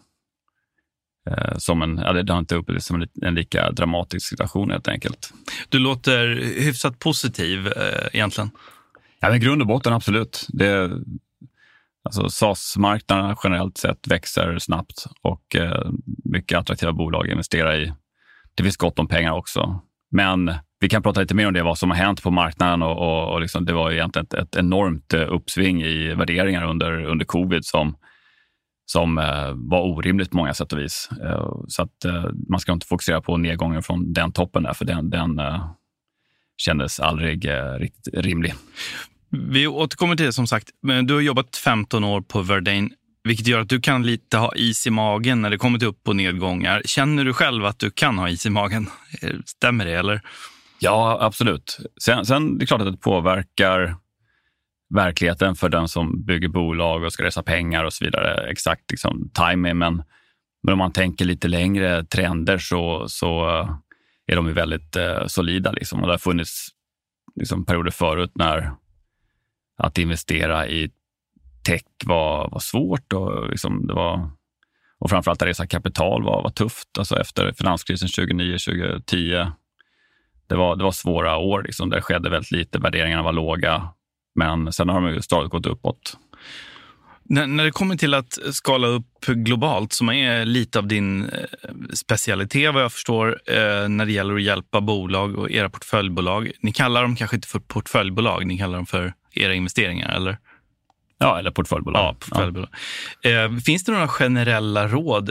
eh, som en, eller det har inte upplevts som en, en lika dramatisk situation helt enkelt. Du låter hyfsat positiv eh, egentligen. Ja, men grund och botten absolut. Det Alltså SaaS-marknaden generellt sett växer snabbt och eh, mycket attraktiva bolag investerar i. Det finns gott om pengar också. Men vi kan prata lite mer om det, vad som har hänt på marknaden och, och, och liksom, det var egentligen ett, ett enormt uppsving i värderingar under, under covid som, som eh, var orimligt på många sätt och vis. Eh, så att eh, man ska inte fokusera på nedgången från den toppen där, för den, den eh, kändes aldrig eh, riktigt rimlig. Vi återkommer till det som sagt. Men du har jobbat femton år på Verdane, vilket gör att du kan lite ha is i magen när det kommer till upp- och nedgångar. Känner du själv att du kan ha is i magen? Stämmer det eller? Ja, absolut. Sen, sen det är klart att det påverkar verkligheten för den som bygger bolag och ska resa pengar och så vidare. Exakt liksom timing, men, men om man tänker lite längre trender så, så är de ju väldigt eh, solida. Liksom. Och det har funnits liksom, perioder förut när att investera i tech var, var svårt och, liksom det var, och framförallt att resa kapital var, var tufft. Alltså efter finanskrisen tjugonio tjugohundratio. Det var, det var svåra år. Liksom. Där skedde väldigt lite. Värderingarna var låga. Men sen har de ju stadigt gått uppåt. När, när det kommer till att skala upp globalt, som är lite av din eh, specialitet vad jag förstår, eh, när det gäller att hjälpa bolag och era portföljbolag. Ni kallar dem kanske inte för portföljbolag, ni kallar dem för era investeringar, eller? Ja, eller portföljbolag. Ja, portföljbolag. Ja. Eh, finns det några generella råd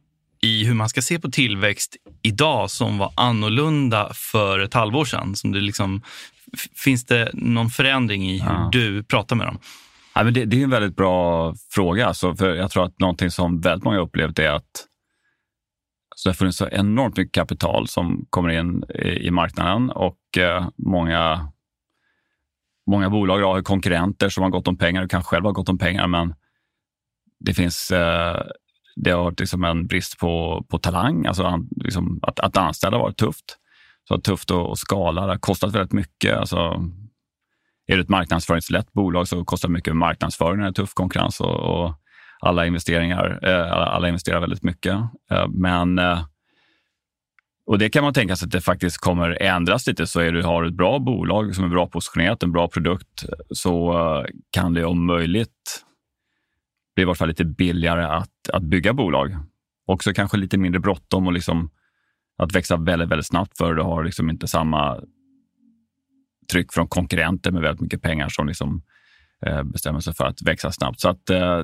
i hur man ska se på tillväxt idag som var annorlunda för ett halvår sedan? Som det liksom, finns det någon förändring i hur ja. du pratar med dem? Ja, men det, det är en väldigt bra fråga. Alltså, för jag tror att någonting som väldigt många upplevt är att alltså, det har funnits så enormt mycket kapital som kommer in i, i marknaden och eh, många, många bolag har konkurrenter som har gått om pengar och kanske själva har gått om pengar, men det finns eh, det har varit liksom en brist på, på talang. Alltså, liksom, att, att anställa har varit tufft. Så det tufft att, att skala. Det har kostat väldigt mycket. Alltså, är det ett marknadsföringslätt bolag så kostar det mycket marknadsföring när det är tuff konkurrens och, och alla investeringar, eh, alla, alla investerar väldigt mycket. Eh, men eh, och det kan man tänka sig att det faktiskt kommer ändras lite. Så är du har ett bra bolag som är bra positionerat, en bra produkt, så eh, kan det om möjligt bli i vart fall lite billigare att, att bygga bolag. Också kanske lite mindre bråttom och liksom att växa väldigt, väldigt snabbt, för du har liksom inte samma tryck från konkurrenter med väldigt mycket pengar som liksom, eh, bestämmer sig för att växa snabbt. Så att eh,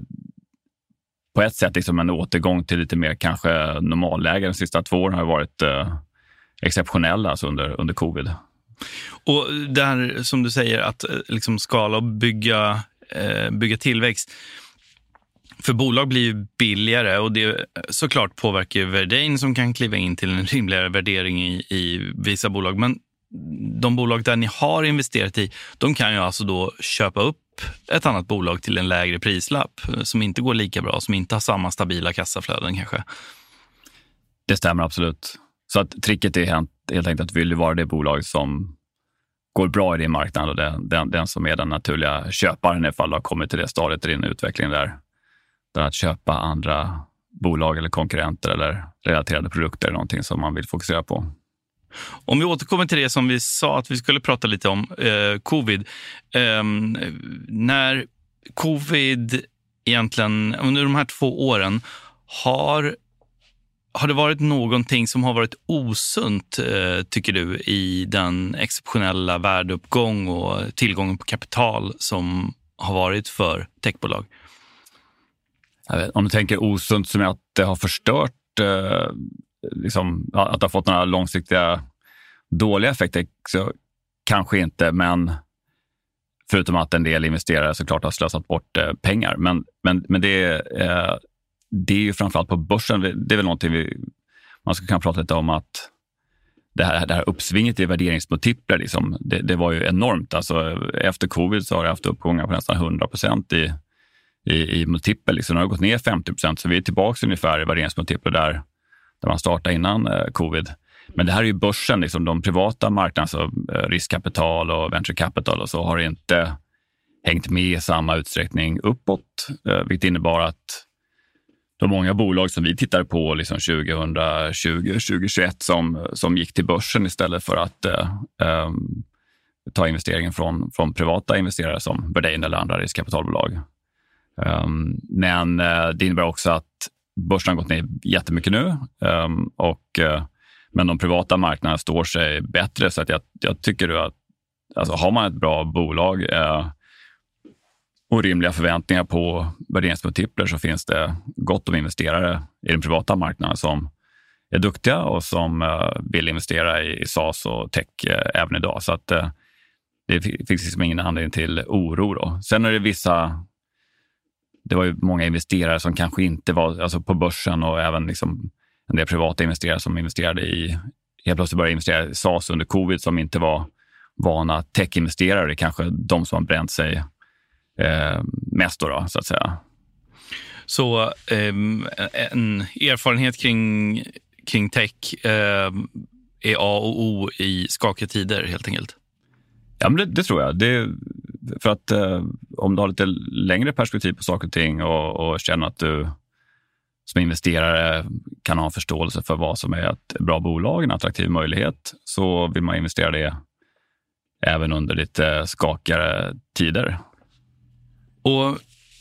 på ett sätt liksom en återgång till lite mer kanske normalläge de sista två åren har varit eh, exceptionella alltså under, under covid. Och där som du säger att liksom skala och bygga, eh, bygga tillväxt för bolag blir ju billigare, och det såklart påverkar ju värderingen som kan kliva in till en rimligare värdering i, i vissa bolag. Men de bolag där ni har investerat i, de kan ju alltså då köpa upp ett annat bolag till en lägre prislapp som inte går lika bra, som inte har samma stabila kassaflöden kanske. Det stämmer absolut. Så att tricket är helt enkelt att vill du vara det bolag som går bra i din marknad och den, den, den som är den naturliga köparen i fall du har kommit till det stadiet i din utveckling där. Där att köpa andra bolag eller konkurrenter eller relaterade produkter är någonting som man vill fokusera på. Om vi återkommer till det som vi sa att vi skulle prata lite om, eh, covid. Eh, när covid egentligen, under de här två åren, har, har det varit någonting som har varit osunt, eh, tycker du, i den exceptionella värdeuppgång och tillgången på kapital som har varit för techbolag? Jag vet, om du tänker osunt som att det har förstört, eh, liksom, att det har fått några långsiktiga dåliga effekter, så kanske inte, men förutom att en del investerare såklart har slösat bort eh, pengar. Men, men, men det, eh, det är ju framförallt på börsen, det är väl någonting vi, man ska kunna prata lite om, att det här, det här uppsvinget i värderingsmultiplar, liksom, det, det var ju enormt. Alltså, efter covid så har det haft uppgångar på nästan hundra procent i i, i multipel. Liksom. Det har gått ner femtio procent, så vi är tillbaka ungefär i värderingsmultipler där, där man startade innan eh, covid. Men det här är ju börsen, liksom, de privata marknaderna, så eh, riskkapital och venture capital och så har inte hängt med i samma utsträckning uppåt, eh, vilket innebar att de många bolag som vi tittar på liksom tjugo tjugo tjugo tjugoett som, som gick till börsen istället för att eh, eh, ta investeringen från, från privata investerare som Verdane eller andra riskkapitalbolag. Um, men uh, det innebär också att börsen har gått ner jättemycket nu, um, och, uh, men de privata marknaderna står sig bättre, så att jag, jag tycker att alltså, har man ett bra bolag uh, och rimliga förväntningar på värderingsmultipler, så finns det gott om investerare i den privata marknaden som är duktiga och som uh, vill investera i, i SaaS och tech uh, även idag, så att uh, det finns liksom ingen anledning till oro då. Sen är det vissa Det var ju många investerare som kanske inte var alltså på börsen, och även liksom en del privata investerare som investerade i, helt plötsligt började investera i SaaS under covid, som inte var vana tech-investerare. Det är kanske de som har bränt sig eh, mest då, då, så att säga. Så eh, en erfarenhet kring, kring tech eh, är A och O i skakiga tider helt enkelt? Ja, men det, det tror jag. Det För att eh, om du har lite längre perspektiv på saker och ting och, och känner att du som investerare kan ha en förståelse för vad som är ett bra bolag, en attraktiv möjlighet, så vill man investera det även under lite skakigare tider. Och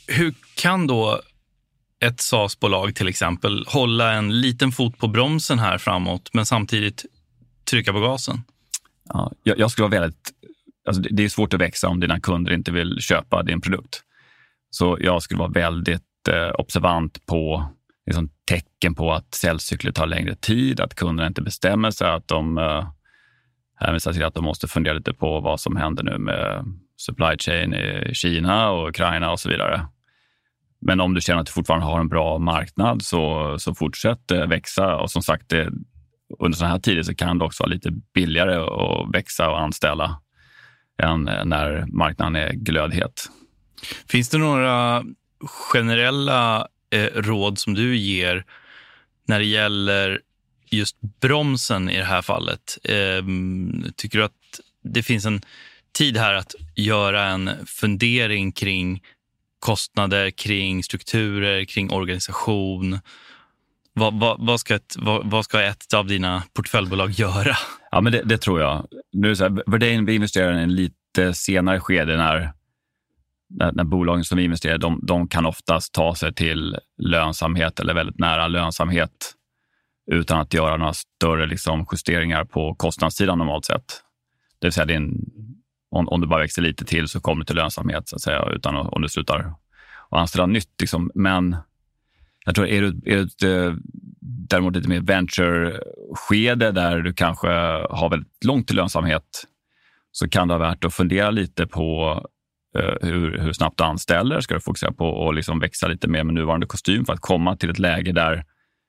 Hur kan då ett SaaS-bolag till exempel hålla en liten fot på bromsen här framåt men samtidigt trycka på gasen? Ja, jag, jag skulle vara väldigt... Alltså det, det är svårt att växa om dina kunder inte vill köpa din produkt. Så jag skulle vara väldigt eh, observant på liksom, tecken på att säljcykler tar längre tid, att kunderna inte bestämmer sig, att de eh, hänvisar till att de måste fundera lite på vad som händer nu med supply chain i Kina och Ukraina och så vidare. Men om du känner att du fortfarande har en bra marknad så, så fortsätt eh, växa. Och som sagt, det, under sådana här tider så kan det också vara lite billigare att växa och anställa än när marknaden är glödhet. Finns det några generella eh, råd som du ger när det gäller just bromsen i det här fallet? Eh, tycker du att det finns en tid här att göra en fundering kring kostnader, kring strukturer, kring organisation? Vad, vad, vad, ska ett, vad, vad ska ett av dina portföljbolag göra? Ja, men det, det tror jag. Nu är det så här, Verdane, vi investerar i en lite senare skede när, när, när bolagen som vi investerar, de, de kan oftast ta sig till lönsamhet eller väldigt nära lönsamhet utan att göra några större liksom, justeringar på kostnadssidan normalt sett. Det vill säga, det är en, om, om du bara växer lite till så kommer du till lönsamhet så att säga, utan att, om du slutar att anställa nytt. Liksom. Men jag tror, är du, är du däremot lite mer venture-skede där du kanske har väldigt långt till lönsamhet, så kan det vara värt att fundera lite på uh, hur, hur snabbt du anställer. Ska du fokusera på att liksom växa lite mer med nuvarande kostym för att komma till ett läge där,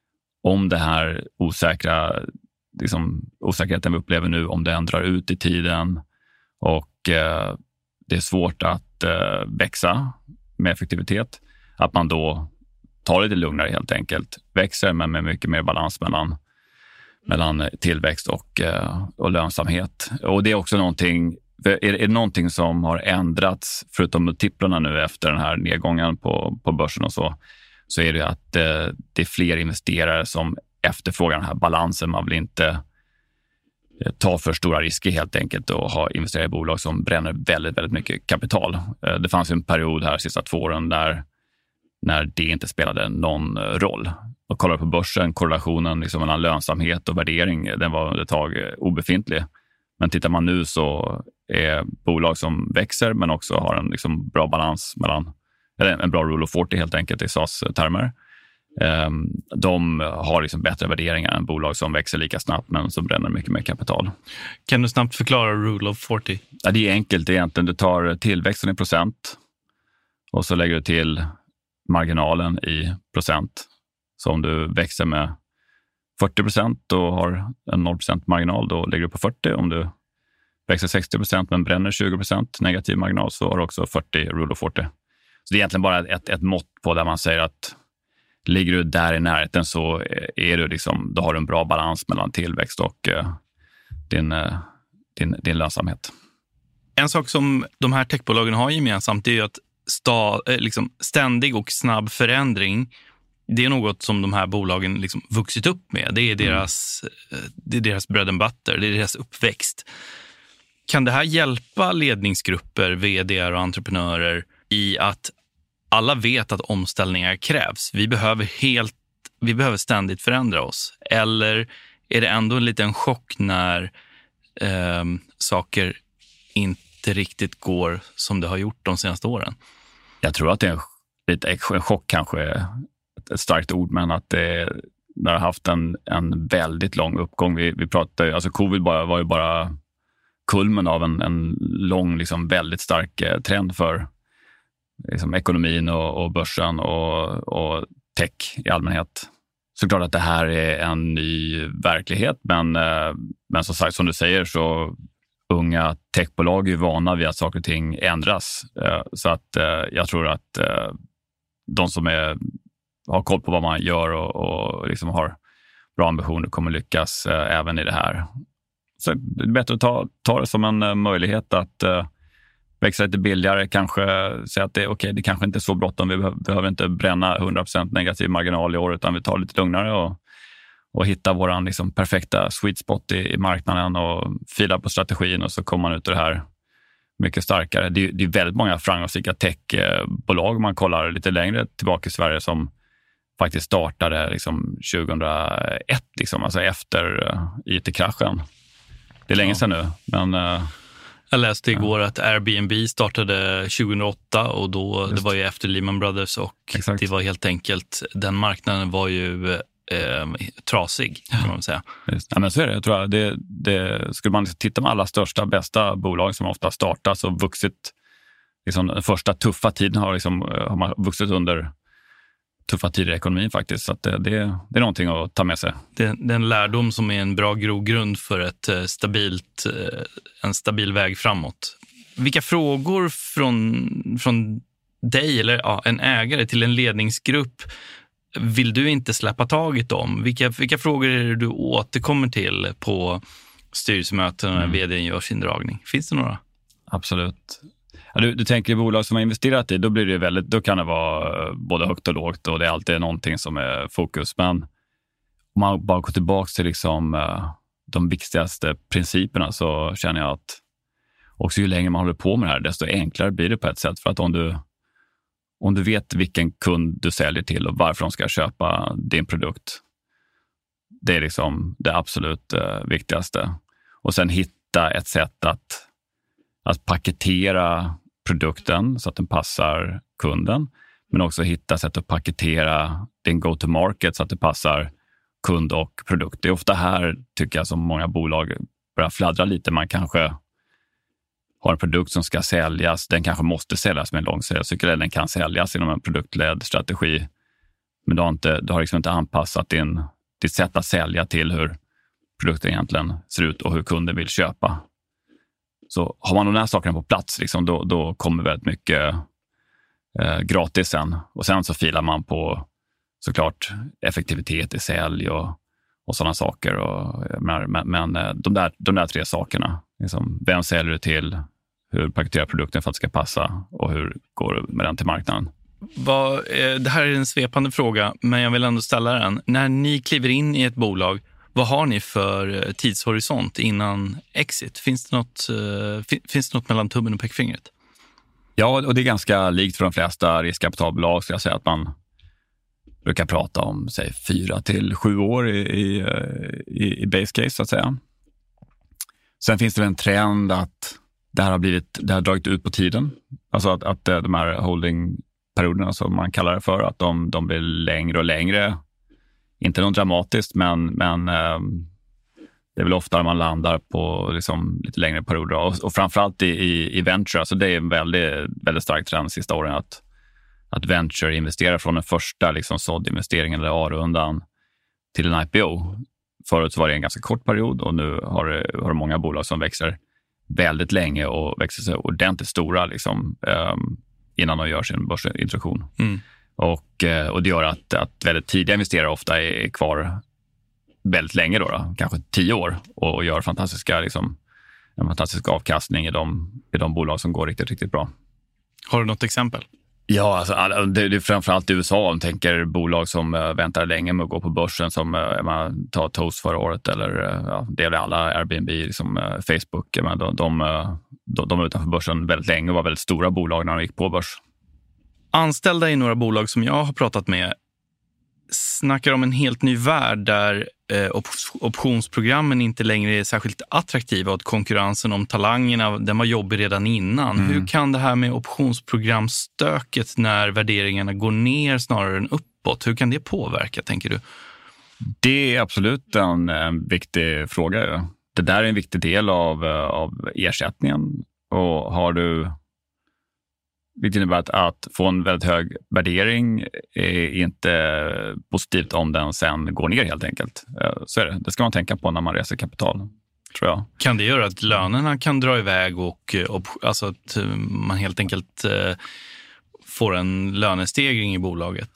om det här osäkra, liksom, osäkerheten vi upplever nu, om den drar ut i tiden och uh, det är svårt att uh, växa med effektivitet, att man då tar lite lugnare helt enkelt. Växer men med mycket mer balans mellan, mellan tillväxt och, och lönsamhet. Och det är också någonting, är, är det någonting som har ändrats förutom multiplarna nu efter den här nedgången på, på börsen och så, så är det att det, det är fler investerare som efterfrågar den här balansen. Man vill inte ta för stora risker helt enkelt och ha investerat i bolag som bränner väldigt, väldigt mycket kapital. Det fanns en period här sista två åren där när det inte spelade någon roll. Och kollar på börsen, korrelationen liksom mellan lönsamhet och värdering, den var ett tag obefintlig. Men tittar man nu så är bolag som växer men också har en liksom bra balans mellan, eller en bra rule of fyrtio helt enkelt i SaaS-termer. De har liksom bättre värderingar än bolag som växer lika snabbt men som bränner mycket mer kapital. Kan du snabbt förklara rule of fyrtio? Ja, det är enkelt egentligen. Du tar tillväxten i procent och så lägger du till marginalen i procent. Så om du växer med fyrtio procent och har en noll procent marginal, då lägger du på fyrtio. Om du växer sextio procent men bränner tjugo procent negativ marginal, så har du också fyrtio rule of fyrtio. Så det är egentligen bara ett, ett mått på där man säger att ligger du där i närheten så är du liksom, då har du en bra balans mellan tillväxt och uh, din, uh, din, din lönsamhet. En sak som de här techbolagen har gemensamt är ju att sta, liksom ständig och snabb förändring, det är något som de här bolagen liksom vuxit upp med. Det är deras, mm. det är deras bread and butter, det är deras uppväxt. Kan det här hjälpa ledningsgrupper, vd:ar och entreprenörer i att alla vet att omställningar krävs? Vi behöver, helt, vi behöver ständigt förändra oss. Eller är det ändå en liten chock när eh, saker inte riktigt går som det har gjort de senaste åren? Jag tror att det är en, lite, en chock kanske är ett starkt ord, men att det, det har haft en, en väldigt lång uppgång. Vi, vi pratade, alltså covid bara, var ju bara kulmen av en, en lång, liksom väldigt stark trend för liksom, ekonomin och, och börsen och, och tech i allmänhet. Såklart att det här är en ny verklighet, men, men som sagt, som du säger, så unga techbolag är ju vana vid att saker och ting ändras. Så att jag tror att de som är, har koll på vad man gör och, och liksom har bra ambitioner kommer lyckas även i det här. Så det är bättre att ta, ta det som en möjlighet att växa lite billigare, kanske säga att det är okej, det kanske inte är så bråttom, vi behöver, behöver inte bränna hundra procent negativ marginal i år, utan vi tar lite lugnare och, och hittar våran liksom perfekta sweet spot i, i marknaden och filar på strategin, och så kommer man ut ur det här mycket starkare. Det är, det är väldigt många framgångsrika techbolag man kollar lite längre tillbaka i Sverige som faktiskt startade liksom tjugohundraett, liksom, alltså efter I T-kraschen. Det är länge sedan nu, men... Jag läste igår ja. att Airbnb startade tjugohundraåtta och då, det var ju efter Lehman Brothers och Exakt. Det var helt enkelt, den marknaden var ju eh, trasig kan man säga. Just. Ja, men så är det, jag tror jag. Det, det, skulle man titta med alla största, bästa bolag som ofta startas och vuxit, liksom, den första tuffa tiden har, liksom, har man vuxit under tuffa tider i ekonomin faktiskt. Så att det, det, det är någonting att ta med sig. Det, det är en lärdom som är en bra grogrund för ett stabilt, en stabil väg framåt. Vilka frågor från, från dig eller ja, en ägare till en ledningsgrupp vill du inte släppa taget om? Vilka, vilka frågor är det du återkommer till på styrelsemöten när mm. vdn gör sin dragning? Finns det några? Absolut. Ja, du, du tänker i bolag som har investerat i, då blir det väldigt, då kan det vara både högt och lågt och det är alltid någonting som är fokus. Men om man bara går tillbaka till liksom, uh, de viktigaste principerna så känner jag att också ju längre man håller på med det här desto enklare blir det på ett sätt. För att om du, om du vet vilken kund du säljer till och varför de ska köpa din produkt, det är liksom det absolut uh, viktigaste. Och sen hitta ett sätt att Att paketera produkten så att den passar kunden. Men också hitta sätt att paketera din go-to-market så att det passar kund och produkt. Det är ofta här, tycker jag, som många bolag börjar fladdra lite. Man kanske har en produkt som ska säljas. Den kanske måste säljas med en lång säljcykel. Eller den kan säljas inom en produktledd strategi. Men du har, inte, du har liksom inte anpassat din, ditt sätt att sälja till hur produkten egentligen ser ut och hur kunden vill köpa. Så har man de här sakerna på plats, liksom, då, då kommer väldigt mycket eh, gratis sen. Och sen så filar man på såklart effektivitet i sälj och, och sådana saker. Och, men men de, där, de där tre sakerna, liksom, vem säljer du till, hur paketerar produkten för att det ska passa och hur går det med den till marknaden? Vad, eh, det här är en svepande fråga, men jag vill ändå ställa den. När ni kliver in i ett bolag, vad har ni för tidshorisont innan exit? Finns det något, uh, finns det något mellan tummen och pekfingret? Ja, och det är ganska likt för de flesta riskkapitalbolag. Så jag säger att man brukar prata om säg, fyra till sju år i, i, i, i base case, så att säga. Sen finns det en trend att det här har, blivit, det har dragit ut på tiden. Alltså att, att de här holdingperioderna som man kallar det för, att de, de blir längre och längre. Inte något dramatiskt, men, men eh, det är väl ofta man landar på liksom, lite längre perioder. Och, och framförallt i, i, i venture, alltså det är en väldigt, väldigt stark trend de sista åren att, att venture investerar från den första liksom, S O D-investeringen eller A-rundan till en I P O. Förut så var det en ganska kort period och nu har det, har det många bolag som växer väldigt länge och växer sig ordentligt stora liksom, eh, innan de gör sin börsintroduktion. Mm. Och, och det gör att, att väldigt tidiga investerare ofta är kvar väldigt länge, då, då, kanske tio år och, och gör fantastiska, liksom, en fantastisk avkastning i de, i de bolag som går riktigt, riktigt bra. Har du något exempel? Ja, alltså, det, det är framförallt i U S A. Om tänker bolag som uh, väntar länge med att gå på börsen, som uh, man tar Toast förra året eller uh, ja, det är alla Airbnb, liksom, uh, Facebook. Men de, de, uh, de, de är utanför börsen väldigt länge och var väldigt stora bolag när de gick på börs. Anställda i några bolag som jag har pratat med snackar om en helt ny värld där eh, op- optionsprogrammen inte längre är särskilt attraktiva och att konkurrensen om talangerna, den var jobbig redan innan. Mm. Hur kan det här med optionsprogramstöket när värderingarna går ner snarare än uppåt, hur kan det påverka, tänker du? Det är absolut en, en viktig fråga. Ja. Det där är en viktig del av, av ersättningen, och har du vilket innebär att, att få en väldigt hög värdering är inte positivt om den sen går ner helt enkelt. Så är det. Det ska man tänka på när man reser kapital, tror jag. Kan det göra att lönerna kan dra iväg och, och alltså att man helt enkelt eh, får en lönestegring i bolaget?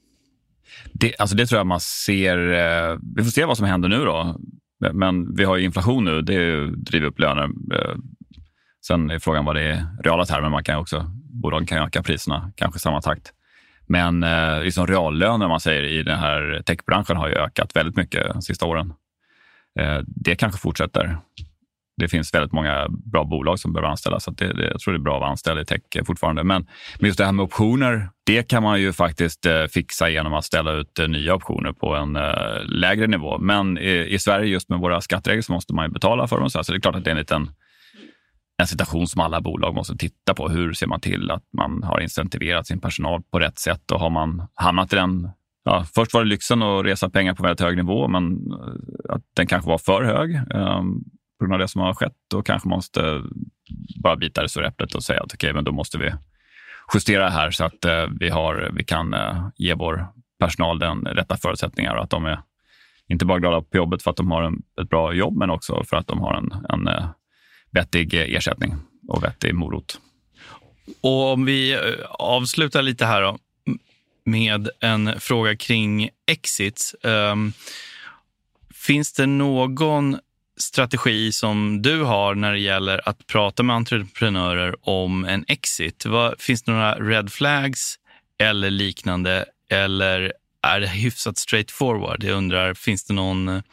Det, alltså det tror jag man ser. Eh, vi får se vad som händer nu då. Men vi har ju inflation nu. Det driver upp löner. Eh, sen är frågan vad det är reala termer. Man kan också, bolagen kan öka priserna kanske i samma takt. Men eh, liksom reallöner, man säger, i den här techbranschen har ju ökat väldigt mycket de sista åren. Eh, det kanske fortsätter. Det finns väldigt många bra bolag som behöver anställa, så att det, det, jag tror det är bra att vara anställd i tech fortfarande. Men, men just det här med optioner, det kan man ju faktiskt eh, fixa genom att ställa ut eh, nya optioner på en eh, lägre nivå. Men i, i Sverige just med våra skatteregler så måste man ju betala för dem. Så, så det är klart att det är en liten en situation som alla bolag måste titta på. Hur ser man till att man har incentiverat sin personal på rätt sätt, och har man hamnat i den... Ja, först var det lyxen att resa pengar på väldigt hög nivå, men att den kanske var för hög um, på grund av det som har skett. Då kanske man måste bara bita det så äpplet och säga att okej, okay, men då måste vi justera här så att uh, vi, har, vi kan uh, ge vår personal den rätta förutsättningar, och att de är inte bara glada på jobbet för att de har en, ett bra jobb, men också för att de har en, en uh, vettig ersättning och vettig morot. Och om vi avslutar lite här då, med en fråga kring exits. Um, finns det någon strategi som du har när det gäller att prata med entreprenörer om en exit? Vad, finns det några red flags eller liknande, eller är det hyfsat straightforward? Jag undrar, finns det någon uh,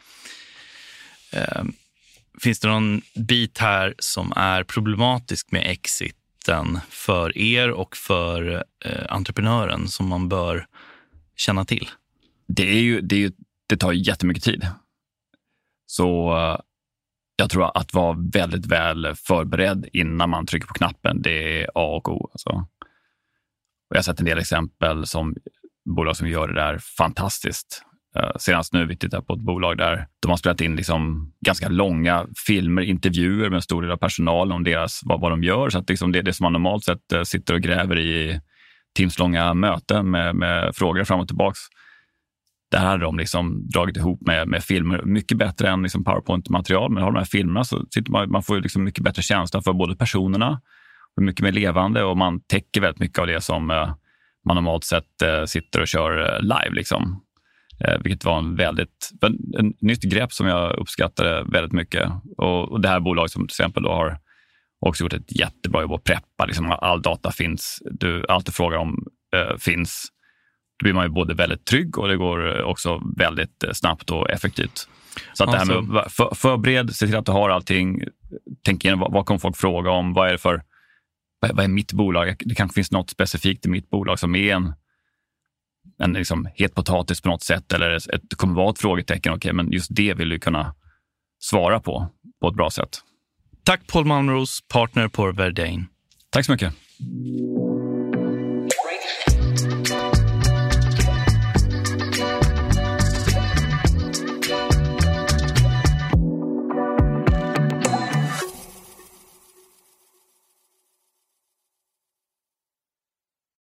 finns det någon bit här som är problematisk med exit för er och för eh, entreprenören som man bör känna till? Det, är ju, det, är ju, det tar ju jättemycket tid. Så uh, jag tror att vara väldigt väl förberedd innan man trycker på knappen, det är A och O. Alltså. Och jag har sett en del exempel som bolag som gör det där fantastiskt. Uh, senast nu vi tittar på ett bolag där de har spelat in liksom ganska långa filmer, intervjuer med en stor del av personalen om deras, vad, vad de gör. Så att liksom det är det som man normalt sett uh, sitter och gräver i timslånga möten med, med frågor fram och tillbaks. Det här har de liksom dragit ihop med, med filmer. Mycket bättre än liksom PowerPoint-material. Men har de här filmerna så sitter man, man får liksom mycket bättre känsla för både personerna och mycket mer levande. Och man täcker väldigt mycket av det som uh, man normalt sett uh, sitter och kör uh, live liksom. Eh, vilket var en väldigt en, en nytt grepp som jag uppskattade väldigt mycket. Och, och det här bolaget som till exempel då har också gjort ett jättebra jobb att preppa. Liksom, all data finns, du, allt du frågar om eh, finns. Då blir man ju både väldigt trygg och det går också väldigt eh, snabbt och effektivt. Så att alltså, det här med för, förbered, se till att du har allting. Tänk igenom vad, vad kommer folk fråga om? Vad är det för, vad, vad är mitt bolag? Det kanske finns något specifikt i mitt bolag som är en en liksom het potatis på något sätt, eller ett, ett kommer vara ett frågetecken. Okej, men just det vill du kunna svara på på ett bra sätt. Tack Paul Malmros, partner på Verdane. Tack så mycket.